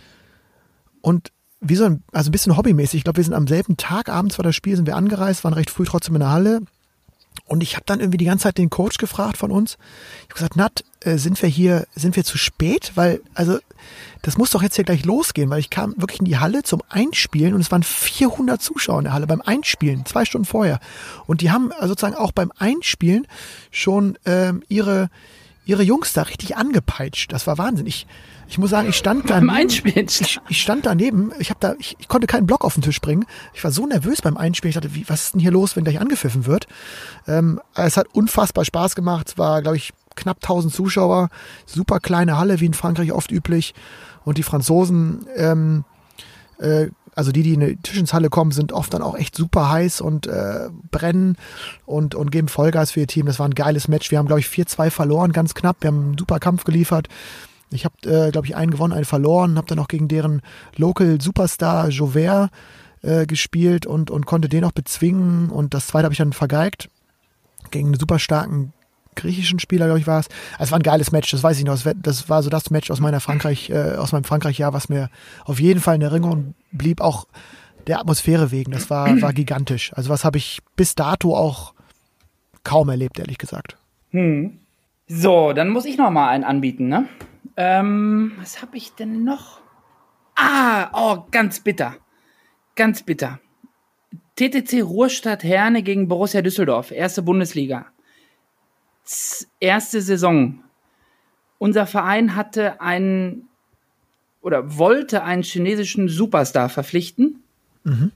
und wie so ein, also ein bisschen hobbymäßig. Ich glaube, wir sind am selben Tag, abends war das Spiel, sind wir angereist, waren recht früh trotzdem in der Halle. Und ich habe dann irgendwie die ganze Zeit den Coach gefragt von uns. Ich habe gesagt, Nat, äh, sind wir hier, sind wir zu spät? Weil, also, das muss doch jetzt hier gleich losgehen, weil ich kam wirklich in die Halle zum Einspielen und es waren vierhundert Zuschauer in der Halle beim Einspielen, zwei Stunden vorher. Und die haben sozusagen auch beim Einspielen schon ähm, ihre, ihre Jungs da richtig angepeitscht. Das war Wahnsinn. Ich, ich muss sagen, ich stand da. Beim Einspielen? Ich, ich stand daneben, ich habe da, ich, ich konnte keinen Block auf den Tisch bringen. Ich war so nervös beim Einspielen. Ich dachte, wie, was ist denn hier los, wenn gleich angepfiffen wird? Ähm, es hat unfassbar Spaß gemacht. Es war, glaube ich, knapp tausend Zuschauer. Super kleine Halle, wie in Frankreich oft üblich. Und die Franzosen, ähm, äh, also die, die in die Tischenshalle kommen, sind oft dann auch echt super heiß und äh, brennen und, und geben Vollgas für ihr Team. Das war ein geiles Match. Wir haben, glaube ich, vier zwei verloren, ganz knapp. Wir haben einen super Kampf geliefert. Ich habe, äh, glaube ich, einen gewonnen, einen verloren. Habe dann auch gegen deren Local Superstar Jauvert äh, gespielt und, und konnte den auch bezwingen. Und das zweite habe ich dann vergeigt gegen einen super starken griechischen Spieler, glaube ich, war es. Also es war ein geiles Match, das weiß ich noch. Das war so das Match aus meiner Frankreich, äh, aus meinem Frankreich-Jahr, was mir auf jeden Fall in Erinnerung blieb, auch der Atmosphäre wegen. Das war, war gigantisch. Also was habe ich bis dato auch kaum erlebt, ehrlich gesagt. Hm. So, dann muss ich noch mal einen anbieten, ne? Ähm, was habe ich denn noch? Ah, oh, ganz bitter. Ganz bitter. T T C Ruhrstadt Herne gegen Borussia Düsseldorf, erste Bundesliga. Z- erste Saison. Unser Verein hatte einen oder wollte einen chinesischen Superstar verpflichten. Mhm.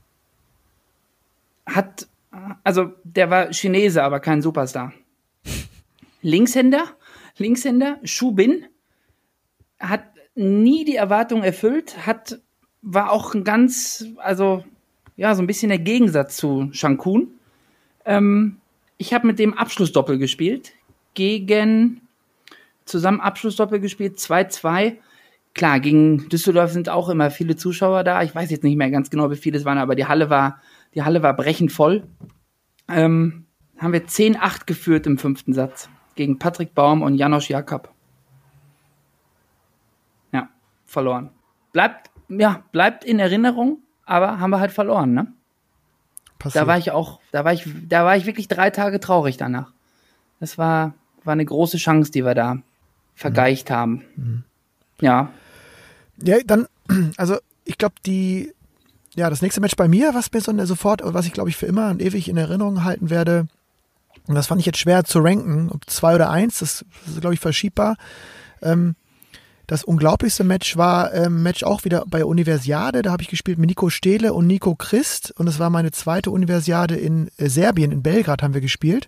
Hat, also der war Chinese, aber kein Superstar. Linkshänder, Linkshänder, Shu Bin, hat nie die Erwartung erfüllt, hat, war auch ein ganz, also ja, so ein bisschen der Gegensatz zu Shankun. Ähm, ich habe mit dem Abschlussdoppel gespielt, gegen, zusammen Abschlussdoppel gespielt, zwei zwei. Klar, gegen Düsseldorf sind auch immer viele Zuschauer da. Ich weiß jetzt nicht mehr ganz genau, wie viele es waren, aber die Halle war, die Halle war brechend voll. Ähm, haben wir zehn acht geführt im fünften Satz gegen Patrick Baum und Janosch Jakob. Ja, verloren. Bleibt, ja, bleibt in Erinnerung, aber haben wir halt verloren, ne? Passiert. Da war ich auch, da war ich, da war ich wirklich drei Tage traurig danach. Das war, war eine große Chance, die wir da vergeicht mhm. haben. Mhm. Ja. Ja, dann, also ich glaube, die, ja, das nächste Match bei mir, was mir so sofort, was ich glaube ich für immer und ewig in Erinnerung halten werde, und das fand ich jetzt schwer zu ranken, ob zwei oder eins, das ist glaube ich verschiebbar. Ähm, das unglaublichste Match war ein ähm, Match auch wieder bei Universiade, da habe ich gespielt mit Nico Stehle und Nico Christ und es war meine zweite Universiade in äh, Serbien, in Belgrad haben wir gespielt.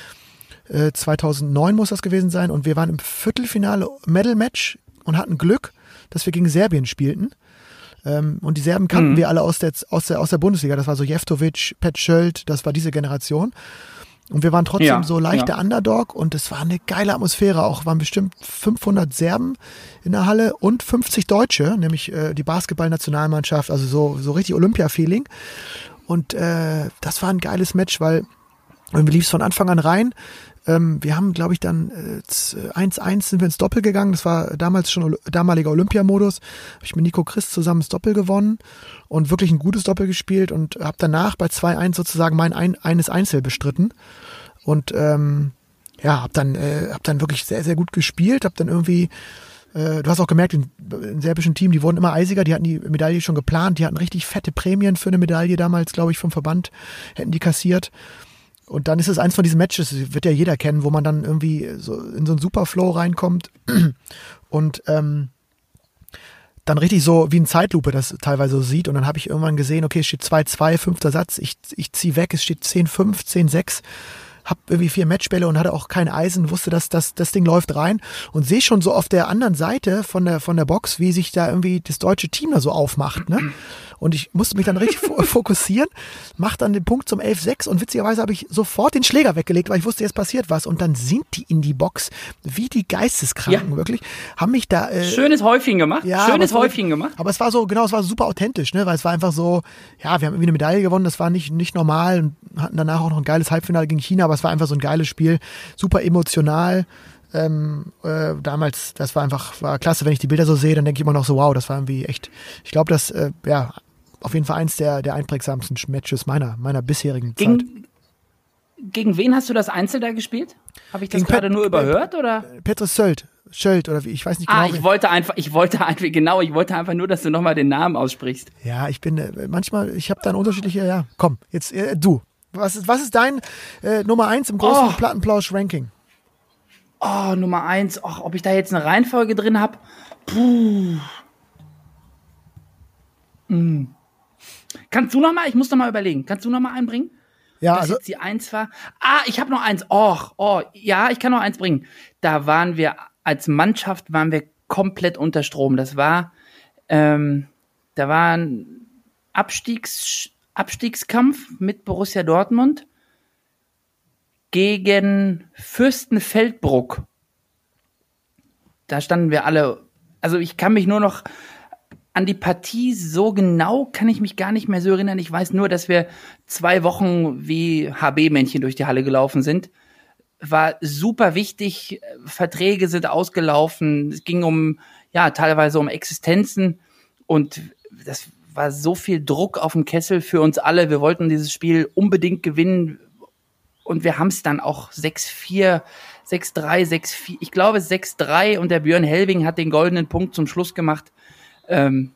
Äh, zweitausendneun muss das gewesen sein und wir waren im Viertelfinale Medal-Match und hatten Glück, dass wir gegen Serbien spielten. Ähm, und die Serben kannten mhm. wir alle aus der, aus, der, aus der Bundesliga. Das war so Jeftovic, Pet Schöld, das war diese Generation. Und wir waren trotzdem ja, so leichter ja. Underdog und es war eine geile Atmosphäre auch. Waren bestimmt fünfhundert Serben in der Halle und fünfzig Deutsche, nämlich äh, die Basketball-Nationalmannschaft, also so, so richtig Olympia-Feeling. Und äh, das war ein geiles Match, weil irgendwie lief es von Anfang an rein. Ähm, wir haben, glaube ich, dann äh, eins eins sind wir ins Doppel gegangen. Das war damals schon damaliger Olympiamodus. Habe ich mit Nico Christ zusammen das Doppel gewonnen und wirklich ein gutes Doppel gespielt und habe danach bei zwei eins sozusagen mein ein, eines Einzel bestritten. Und ähm, ja, habe dann, äh, hab dann wirklich sehr, sehr gut gespielt. Habe dann irgendwie, äh, du hast auch gemerkt, im, im serbischen Team, die wurden immer eisiger. Die hatten die Medaille schon geplant. Die hatten richtig fette Prämien für eine Medaille damals, glaube ich, vom Verband. Hätten die kassiert. Und dann ist es eins von diesen Matches, das wird ja jeder kennen, wo man dann irgendwie so in so einen Superflow reinkommt und ähm, dann richtig so wie eine Zeitlupe das teilweise so sieht. Und dann habe ich irgendwann gesehen, okay, es steht zwei zwei, fünfter Satz, ich, ich ziehe weg, es steht zehn fünf, zehn sechs. Hab irgendwie vier Matchbälle und hatte auch kein Eisen, wusste, dass das, das Ding läuft rein und sehe schon so auf der anderen Seite von der, von der Box, wie sich da irgendwie das deutsche Team da so aufmacht, ne? Und ich musste mich dann richtig fokussieren, mach dann den Punkt zum elf sechs und witzigerweise habe ich sofort den Schläger weggelegt, weil ich wusste, jetzt passiert was. Und dann sind die in die Box, wie die Geisteskranken, ja. wirklich. Haben mich da... Äh, Schönes Häufchen gemacht. Ja, Schönes war, Häufchen gemacht. Aber es war so, genau, es war super authentisch, ne? Weil es war einfach so, ja, wir haben irgendwie eine Medaille gewonnen, das war nicht, nicht normal und hatten danach auch noch ein geiles Halbfinale gegen China, aber es war einfach so ein geiles Spiel, super emotional. Ähm, äh, damals, das war einfach, war klasse, wenn ich die Bilder so sehe, dann denke ich immer noch so, wow, das war irgendwie echt, ich glaube, das, äh, ja, auf jeden Fall eins der, der einprägsamsten Matches meiner, meiner bisherigen gegen, Zeit. Gegen wen hast du das Einzel da gespielt? Habe ich das gegen gerade Pet, nur überhört, oder? Petrus Söld, Schöld, oder wie, ich weiß nicht genau. Ah, ich wollte einfach, ich wollte einfach, genau, ich wollte einfach nur, dass du nochmal den Namen aussprichst. Ja, ich bin, äh, manchmal, ich habe dann unterschiedliche, ja, komm, jetzt, äh, du. Was ist, was ist dein äh, Nummer eins im großen oh. Plattenplausch-Ranking? Oh, Nummer eins, oh, ob ich da jetzt eine Reihenfolge drin habe? Puh. Mm. Kannst du noch mal, ich muss noch mal überlegen, kannst du noch mal einbringen? Ja, dass also jetzt die eins war. Ah, ich habe noch eins. Oh, oh, ja, ich kann noch eins bringen. Da waren wir, als Mannschaft waren wir komplett unter Strom. Das war, ähm, da war ein Abstiegs, Abstiegskampf mit Borussia Dortmund gegen Fürstenfeldbruck. Da standen wir alle, also ich kann mich nur noch an die Partie so genau kann ich mich gar nicht mehr so erinnern. Ich weiß nur, dass wir zwei Wochen wie H B-Männchen durch die Halle gelaufen sind. war super wichtig. Verträge sind ausgelaufen. Es ging um, ja, teilweise um Existenzen. Und das war so viel Druck auf dem Kessel für uns alle. Wir wollten dieses Spiel unbedingt gewinnen. Und wir haben es dann auch sechs vier, sechs drei, sechs vier, ich glaube sechs drei. Und der Björn Helbing hat den goldenen Punkt zum Schluss gemacht. Ähm,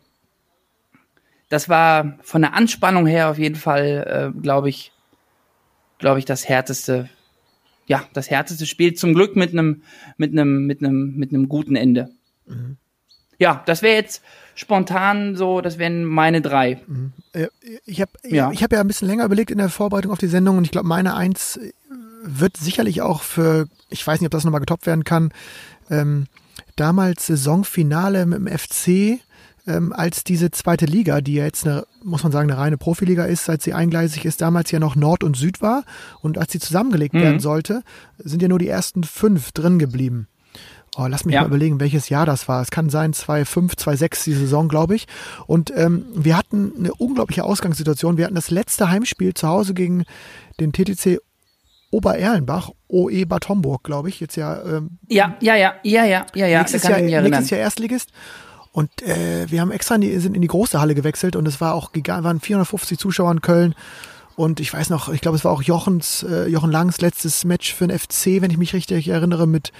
das war von der Anspannung her auf jeden Fall, äh, glaube ich, glaube ich, das härteste, ja, das härteste Spiel. Zum Glück mit einem, mit einem, mit einem, mit einem guten Ende. Mhm. Ja, das wäre jetzt spontan so, das wären meine drei. Mhm. Ich habe ja. ich hab ja ein bisschen länger überlegt in der Vorbereitung auf die Sendung und ich glaube, meine Eins wird sicherlich auch für, ich weiß nicht, ob das nochmal getoppt werden kann, ähm, damals Saisonfinale mit dem F C, ähm, als diese zweite Liga, die ja jetzt, eine, muss man sagen, eine reine Profiliga ist, seit sie eingleisig ist, damals ja noch Nord und Süd war und als sie zusammengelegt mhm. werden sollte, sind ja nur die ersten fünf drin geblieben. Oh, lass mich ja. mal überlegen, welches Jahr das war. Es kann sein zwei fünf, zwei sechs die Saison, glaube ich. Und ähm, wir hatten eine unglaubliche Ausgangssituation. Wir hatten das letzte Heimspiel zu Hause gegen den T T C Obererlenbach, O E Bad Homburg, glaube ich. Jetzt ja. Ähm, ja, ja, ja, ja, ja, ja, ja. Nächstes, Jahr, nächstes Jahr Erstligist. Und äh, wir haben extra in die, sind in die große Halle gewechselt und es war auch waren vierhundertfünfzig Zuschauer in Köln. Und ich weiß noch, ich glaube, es war auch Jochens, äh, Jochen Langs letztes Match für den F C, wenn ich mich richtig erinnere, mit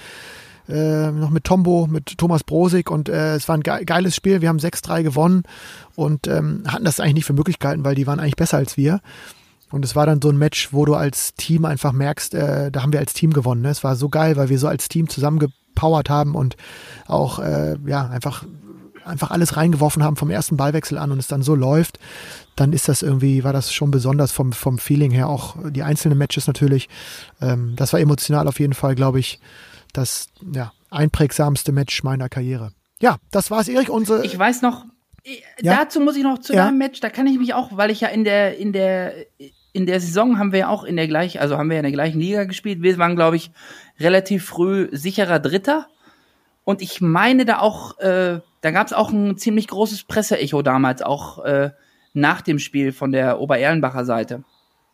Äh, noch mit Tombo, mit Thomas Brosig und äh, es war ein ge- geiles Spiel. Wir haben sechs drei gewonnen und ähm, hatten das eigentlich nicht für möglich gehalten, weil die waren eigentlich besser als wir. Und es war dann so ein Match, wo du als Team einfach merkst, äh, da haben wir als Team gewonnen. Ne? Es war so geil, weil wir so als Team zusammengepowert haben und auch äh, ja einfach einfach alles reingeworfen haben vom ersten Ballwechsel an und es dann so läuft, dann ist das irgendwie, war das schon besonders vom, vom Feeling her, auch die einzelnen Matches natürlich. Ähm, das war emotional auf jeden Fall, glaube ich, das ja, einprägsamste Match meiner Karriere. Ja, das war's, Erich. Unsere ich weiß noch, ja? dazu muss ich noch zu ja? deinem Match, da kann ich mich auch, weil ich ja in der, in der, in der Saison haben wir ja auch in der gleichen, also haben wir ja in der gleichen Liga gespielt. Wir waren, glaube ich, relativ früh sicherer Dritter. Und ich meine da auch, äh, da gab es auch ein ziemlich großes Presseecho damals, auch äh, nach dem Spiel von der Obererlenbacher Seite.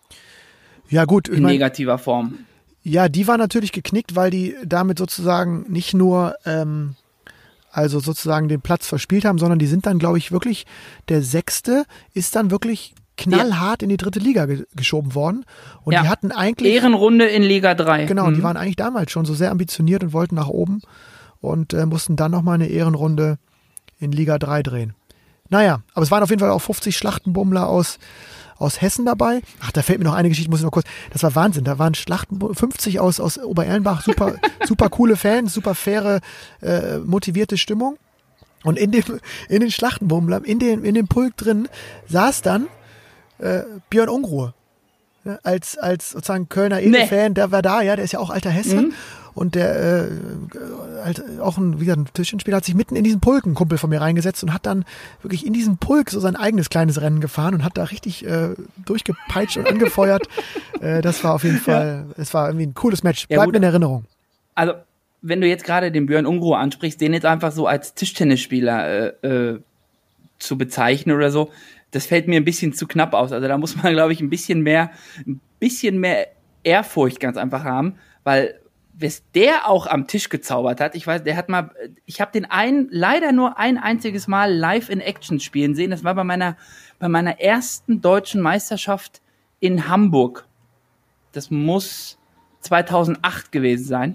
Ja, gut. In mein, negativer Form. Ja, die war natürlich geknickt, weil die damit sozusagen nicht nur ähm, also sozusagen den Platz verspielt haben, sondern die sind dann, glaube ich, wirklich, der Sechste ist dann wirklich knallhart ja. in die dritte Liga ge- geschoben worden. Und ja. die hatten eigentlich... Ehrenrunde in Liga drei. Genau, mhm. die waren eigentlich damals schon so sehr ambitioniert und wollten nach oben und äh, mussten dann nochmal eine Ehrenrunde in Liga drei drehen. Naja, aber es waren auf jeden Fall auch fünfzig Schlachtenbummler aus... aus Hessen dabei. Ach, da fällt mir noch eine Geschichte, muss ich noch kurz. Das war Wahnsinn. Da waren Schlachten fünfzig aus, aus Obererlenbach, super, super coole Fans, super faire, äh, motivierte Stimmung. Und in dem, in den Schlachtenbummlern, in dem, in dem Pulk drin, saß dann äh, Björn Unruhe. Ja, als, als sozusagen Kölner Edelfan, nee. der war da, ja, der ist ja auch alter Hesse. Mhm. Und der, äh, halt auch ein, wie gesagt, ein Tischtennisspieler, hat sich mitten in diesen Pulk, ein Kumpel von mir, reingesetzt und hat dann wirklich in diesen Pulk so sein eigenes kleines Rennen gefahren und hat da richtig äh, durchgepeitscht und angefeuert. äh, das war auf jeden Fall, ja. es war irgendwie ein cooles Match. Bleibt ja, mir in Erinnerung. Also, wenn du jetzt gerade den Björn Unruhe ansprichst, den jetzt einfach so als Tischtennisspieler äh, äh, zu bezeichnen oder so, das fällt mir ein bisschen zu knapp aus. Also da muss man, glaube ich, ein bisschen mehr, ein bisschen mehr Ehrfurcht ganz einfach haben, weil was der auch am Tisch gezaubert hat, ich weiß, der hat mal, ich habe den einen leider nur ein einziges Mal live in Action spielen sehen. Das war bei meiner, bei meiner ersten deutschen Meisterschaft in Hamburg. Das muss zweitausendacht gewesen sein.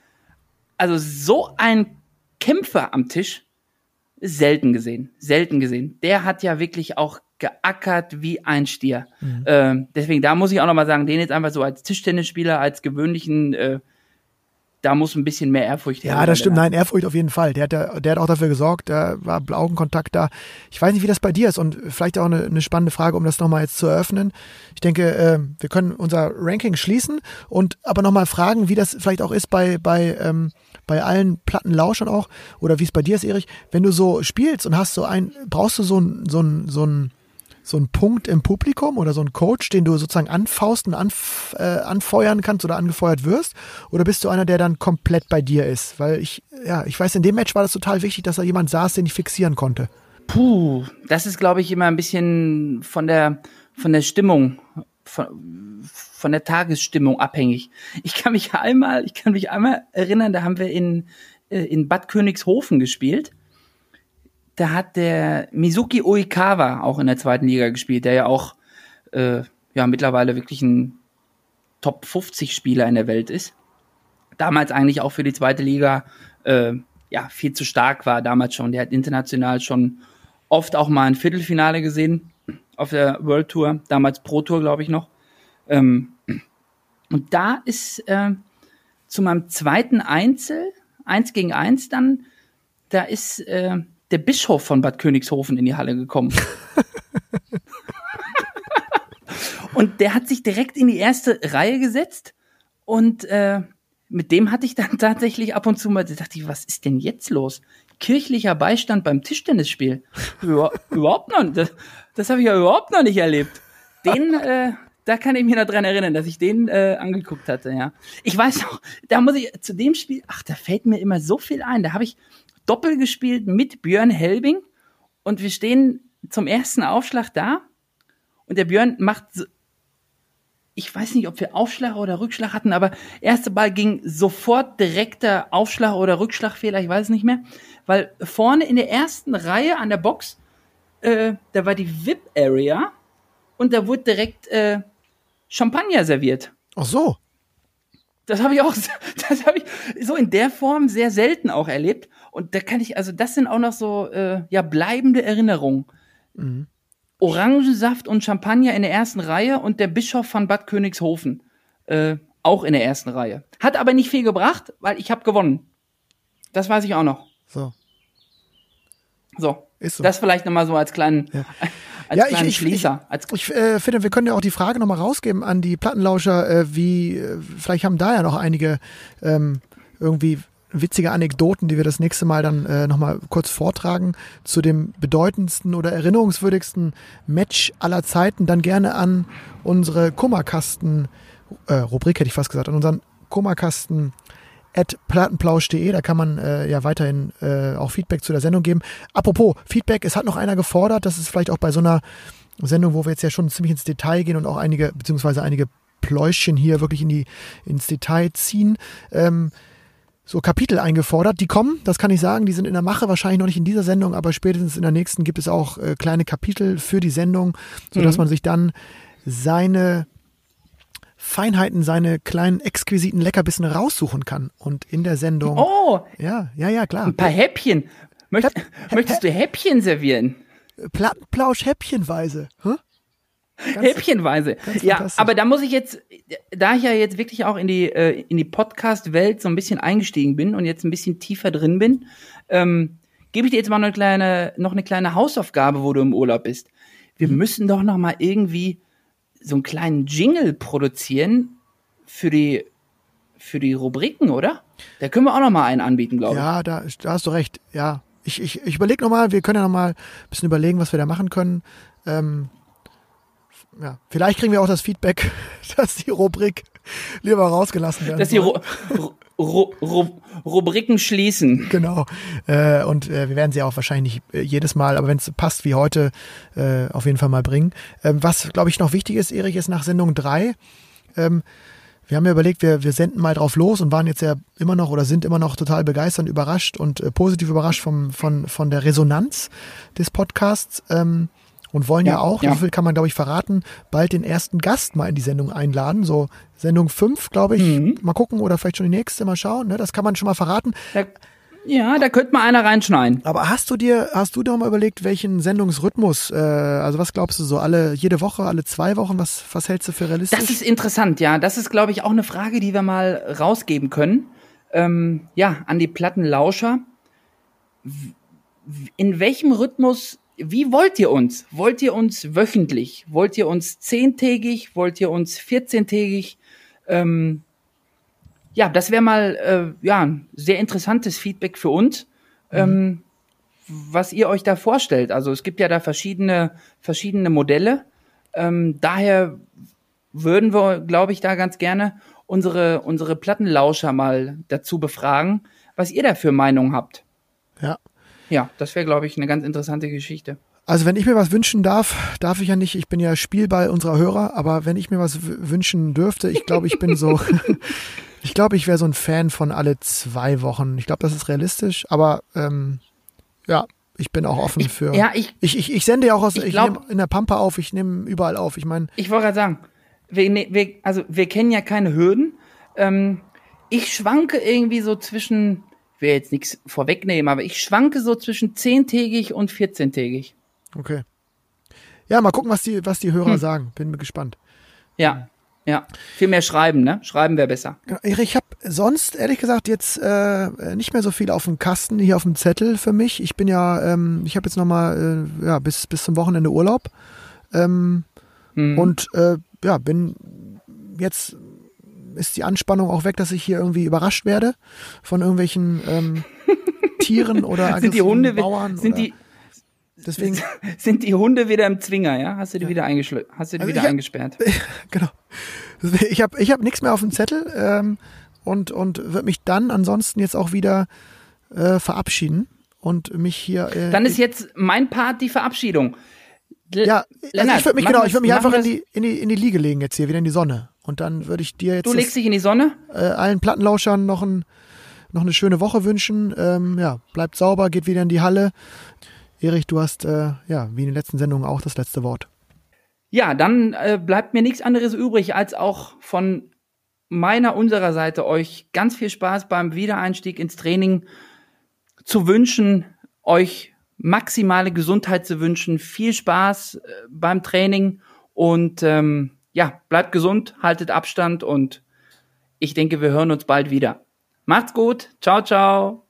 Also so ein Kämpfer am Tisch ist selten gesehen, selten gesehen. Der hat ja wirklich auch geackert wie ein Stier. Mhm. Ähm, deswegen, da muss ich auch nochmal sagen, den jetzt einfach so als Tischtennisspieler, als gewöhnlichen, äh, da muss ein bisschen mehr Ehrfurcht her. Ja, das stimmt. Nein, Ehrfurcht auf jeden Fall. Der hat, der, der hat auch dafür gesorgt, da war Augenkontakt da. Ich weiß nicht, wie das bei dir ist und vielleicht auch eine, eine spannende Frage, um das nochmal jetzt zu eröffnen. Ich denke, äh, wir können unser Ranking schließen und aber nochmal fragen, wie das vielleicht auch ist bei, bei, ähm, bei allen Plattenlauschern auch oder wie es bei dir ist, Erich. Wenn du so spielst und hast so ein, brauchst du so ein, so ein, so ein so ein Punkt im Publikum oder so ein Coach, den du sozusagen anfaust und anf- äh, anfeuern kannst oder angefeuert wirst? Oder bist du einer, der dann komplett bei dir ist? Weil ich, ja, ich weiß, in dem Match war das total wichtig, dass da jemand saß, den ich fixieren konnte. Puh, das ist, glaube ich, immer ein bisschen von der, von der Stimmung von, von der Tagesstimmung abhängig. Ich kann mich einmal, ich kann mich einmal erinnern, da haben wir in, in Bad Königshofen gespielt. Da hat der Mizuki Oikawa auch in der zweiten Liga gespielt, der ja auch äh, ja mittlerweile wirklich ein Top fünfzig Spieler in der Welt ist. Damals eigentlich auch für die zweite Liga äh, ja viel zu stark war, damals schon. Der hat international schon oft auch mal ein Viertelfinale gesehen auf der World Tour, damals Pro Tour, glaube ich noch. Ähm, und da ist äh, zu meinem zweiten Einzel, eins gegen eins dann, da ist äh, der Bischof von Bad Königshofen in die Halle gekommen. Und der hat sich direkt in die erste Reihe gesetzt und äh, mit dem hatte ich dann tatsächlich ab und zu mal, da dachte ich, was ist denn jetzt los? Kirchlicher Beistand beim Tischtennisspiel. Über, überhaupt noch, das, das habe ich ja überhaupt noch nicht erlebt. Den, äh, da kann ich mich noch dran erinnern, dass ich den äh, angeguckt hatte, ja. Ich weiß noch, da muss ich zu dem Spiel, ach, da fällt mir immer so viel ein. Da habe ich Doppel gespielt mit Björn Helbing und wir stehen zum ersten Aufschlag da und der Björn macht so, ich weiß nicht, ob wir Aufschlag oder Rückschlag hatten, aber erste Ball ging sofort direkter Aufschlag oder Rückschlagfehler, ich weiß es nicht mehr, weil vorne in der ersten Reihe an der Box, äh, da war die V I P-Area und da wurde direkt äh, Champagner serviert. Ach so. Das habe ich auch, das habe ich so in der Form sehr selten auch erlebt und da kann ich, also das sind auch noch so, äh, ja, bleibende Erinnerungen. Mhm. Orangensaft und Champagner in der ersten Reihe und der Bischof von Bad Königshofen äh, auch in der ersten Reihe. Hat aber nicht viel gebracht, weil ich habe gewonnen. Das weiß ich auch noch. So. So. Ist so. Das vielleicht nochmal so als kleinen, ja. als ja, kleinen ich, Schließer. Ich, ich, ich äh, finde, wir können ja auch die Frage nochmal rausgeben an die Plattenlauscher, äh, wie, äh, vielleicht haben da ja noch einige ähm, irgendwie witzige Anekdoten, die wir das nächste Mal dann äh, nochmal kurz vortragen, zu dem bedeutendsten oder erinnerungswürdigsten Match aller Zeiten, dann gerne an unsere Kummerkasten, äh, Rubrik hätte ich fast gesagt, an unseren Kummerkasten at plattenplausch punkt de, da kann man äh, ja weiterhin äh, auch Feedback zu der Sendung geben. Apropos Feedback, es hat noch einer gefordert, das ist vielleicht auch bei so einer Sendung, wo wir jetzt ja schon ziemlich ins Detail gehen und auch einige, beziehungsweise einige Pläuschchen hier wirklich in die, ins Detail ziehen, ähm, so Kapitel eingefordert. Die kommen, das kann ich sagen, die sind in der Mache, wahrscheinlich noch nicht in dieser Sendung, aber spätestens in der nächsten gibt es auch äh, kleine Kapitel für die Sendung, sodass mhm. man sich dann seine Feinheiten, seine kleinen exquisiten Leckerbissen raussuchen kann. Und in der Sendung... Oh! Ja, ja, ja, klar. Ein paar Häppchen. Möcht, Häpp, möchtest Häpp, du Häppchen servieren? Plattenplausch häppchenweise. Huh? Ganz, Häppchenweise. Ganz ja, aber da muss ich jetzt, da ich ja jetzt wirklich auch in die äh, in die Podcast-Welt so ein bisschen eingestiegen bin und jetzt ein bisschen tiefer drin bin, ähm, gebe ich dir jetzt mal noch eine kleine, noch eine kleine Hausaufgabe, wo du im Urlaub bist. Wir mhm. müssen doch noch mal irgendwie so einen kleinen Jingle produzieren für die für die Rubriken, oder? Da können wir auch noch mal einen anbieten, glaube ich. Ja, da, da hast du recht. Ja, ich ich, ich überlege noch mal. Wir können ja noch mal ein bisschen überlegen, was wir da machen können. Ähm, Ja, vielleicht kriegen wir auch das Feedback, dass die Rubrik lieber rausgelassen werden. Dass die Ru- Ru- Ru- Rubriken schließen. Genau. Äh, und äh, wir werden sie auch wahrscheinlich nicht äh, jedes Mal, aber wenn es passt wie heute, äh, auf jeden Fall mal bringen. Ähm, was, glaube ich, noch wichtig ist, Erich, ist nach Sendung drei, ähm, wir haben ja überlegt, wir, wir senden mal drauf los und waren jetzt ja immer noch oder sind immer noch total begeistert und überrascht und äh, positiv überrascht vom, von, von der Resonanz des Podcasts. Ähm, Und wollen ja, ja auch, ja. so viel kann man, glaube ich, verraten, bald den ersten Gast mal in die Sendung einladen. So Sendung fünf, glaube ich. Mhm. Mal gucken oder vielleicht schon die nächste, mal schauen. Ne? Das kann man schon mal verraten. Da, ja, da könnte mal einer reinschneiden. Aber hast du dir, hast du dir mal überlegt, welchen Sendungsrhythmus, äh, also was glaubst du so, alle jede Woche, alle zwei Wochen, was, was hältst du für realistisch? Das ist interessant, ja. Das ist, glaube ich, auch eine Frage, die wir mal rausgeben können. Ähm, ja, an die Plattenlauscher. In welchem Rhythmus... Wie wollt ihr uns? Wollt ihr uns wöchentlich? Wollt ihr uns zehntägig? Wollt ihr uns vierzehntägig? Ähm, ja, das wäre mal äh, ja, ein sehr interessantes Feedback für uns, mhm. ähm, was ihr euch da vorstellt. Also es gibt ja da verschiedene, verschiedene Modelle. Ähm, daher würden wir, glaube ich, da ganz gerne unsere, unsere Plattenlauscher mal dazu befragen, was ihr da für Meinung habt. Ja. Ja, das wäre, glaube ich, eine ganz interessante Geschichte. Also wenn ich mir was wünschen darf, darf ich ja nicht, ich bin ja Spielball unserer Hörer, aber wenn ich mir was w- wünschen dürfte, ich glaube, ich bin so, ich glaube, ich wäre so ein Fan von alle zwei Wochen. Ich glaube, das ist realistisch, aber ähm, ja, ich bin auch offen für. Ja, ich, Ich, ich, ich sende ja auch aus, Ich ich, glaub- nehme in der Pampa auf, ich nehme überall auf. Ich meine, ich wollte gerade sagen, wir, ne- wir, also wir kennen ja keine Hürden. Ähm, ich schwanke irgendwie so zwischen, ich will jetzt nichts vorwegnehmen, aber ich schwanke so zwischen zehntägig und vierzehntägig. okay. Ja, mal gucken, was die, was die Hörer Hm. sagen. Bin mir gespannt. Ja, ja. Viel mehr schreiben, ne? Schreiben wäre besser. Ja, Ich habe sonst, ehrlich gesagt, jetzt äh, nicht mehr so viel auf dem Kasten, hier auf dem Zettel für mich. Ich bin ja, ähm, ich habe jetzt nochmal äh, ja, bis, bis zum Wochenende Urlaub. Ähm, Mhm. Und äh, ja, bin jetzt ist die Anspannung auch weg, dass ich hier irgendwie überrascht werde von irgendwelchen ähm, Tieren oder sind die aggressiven Hunde, Bauern. sind oder, die, deswegen, sind die Hunde wieder im Zwinger, ja? Hast du die Ja. wieder eingeschl- hast du die Also wieder ich hab- eingesperrt? genau. Deswegen, Ich habe ich hab nichts mehr auf dem Zettel ähm, und, und würde mich dann ansonsten jetzt auch wieder äh, verabschieden und mich hier. Äh, Dann ist jetzt mein Part die Verabschiedung. L- ja, also Lennart, ich würde mich machen genau, wir's- ich würde mich machen einfach in wir's- die, in die in die Liege legen jetzt hier wieder in die Sonne und dann würde ich dir jetzt Du das, legst dich in die Sonne? äh, allen Plattenlauschern noch ein noch eine schöne Woche wünschen. Ähm, ja, bleibt sauber, geht wieder in die Halle. Erich, du hast äh, ja wie in den letzten Sendungen auch das letzte Wort. Ja, dann äh, bleibt mir nichts anderes übrig, als auch von meiner, unserer Seite euch ganz viel Spaß beim Wiedereinstieg ins Training zu wünschen, euch maximale Gesundheit zu wünschen, viel Spaß äh, beim Training und ähm, ja, bleibt gesund, haltet Abstand und ich denke, wir hören uns bald wieder. Macht's gut, ciao, ciao.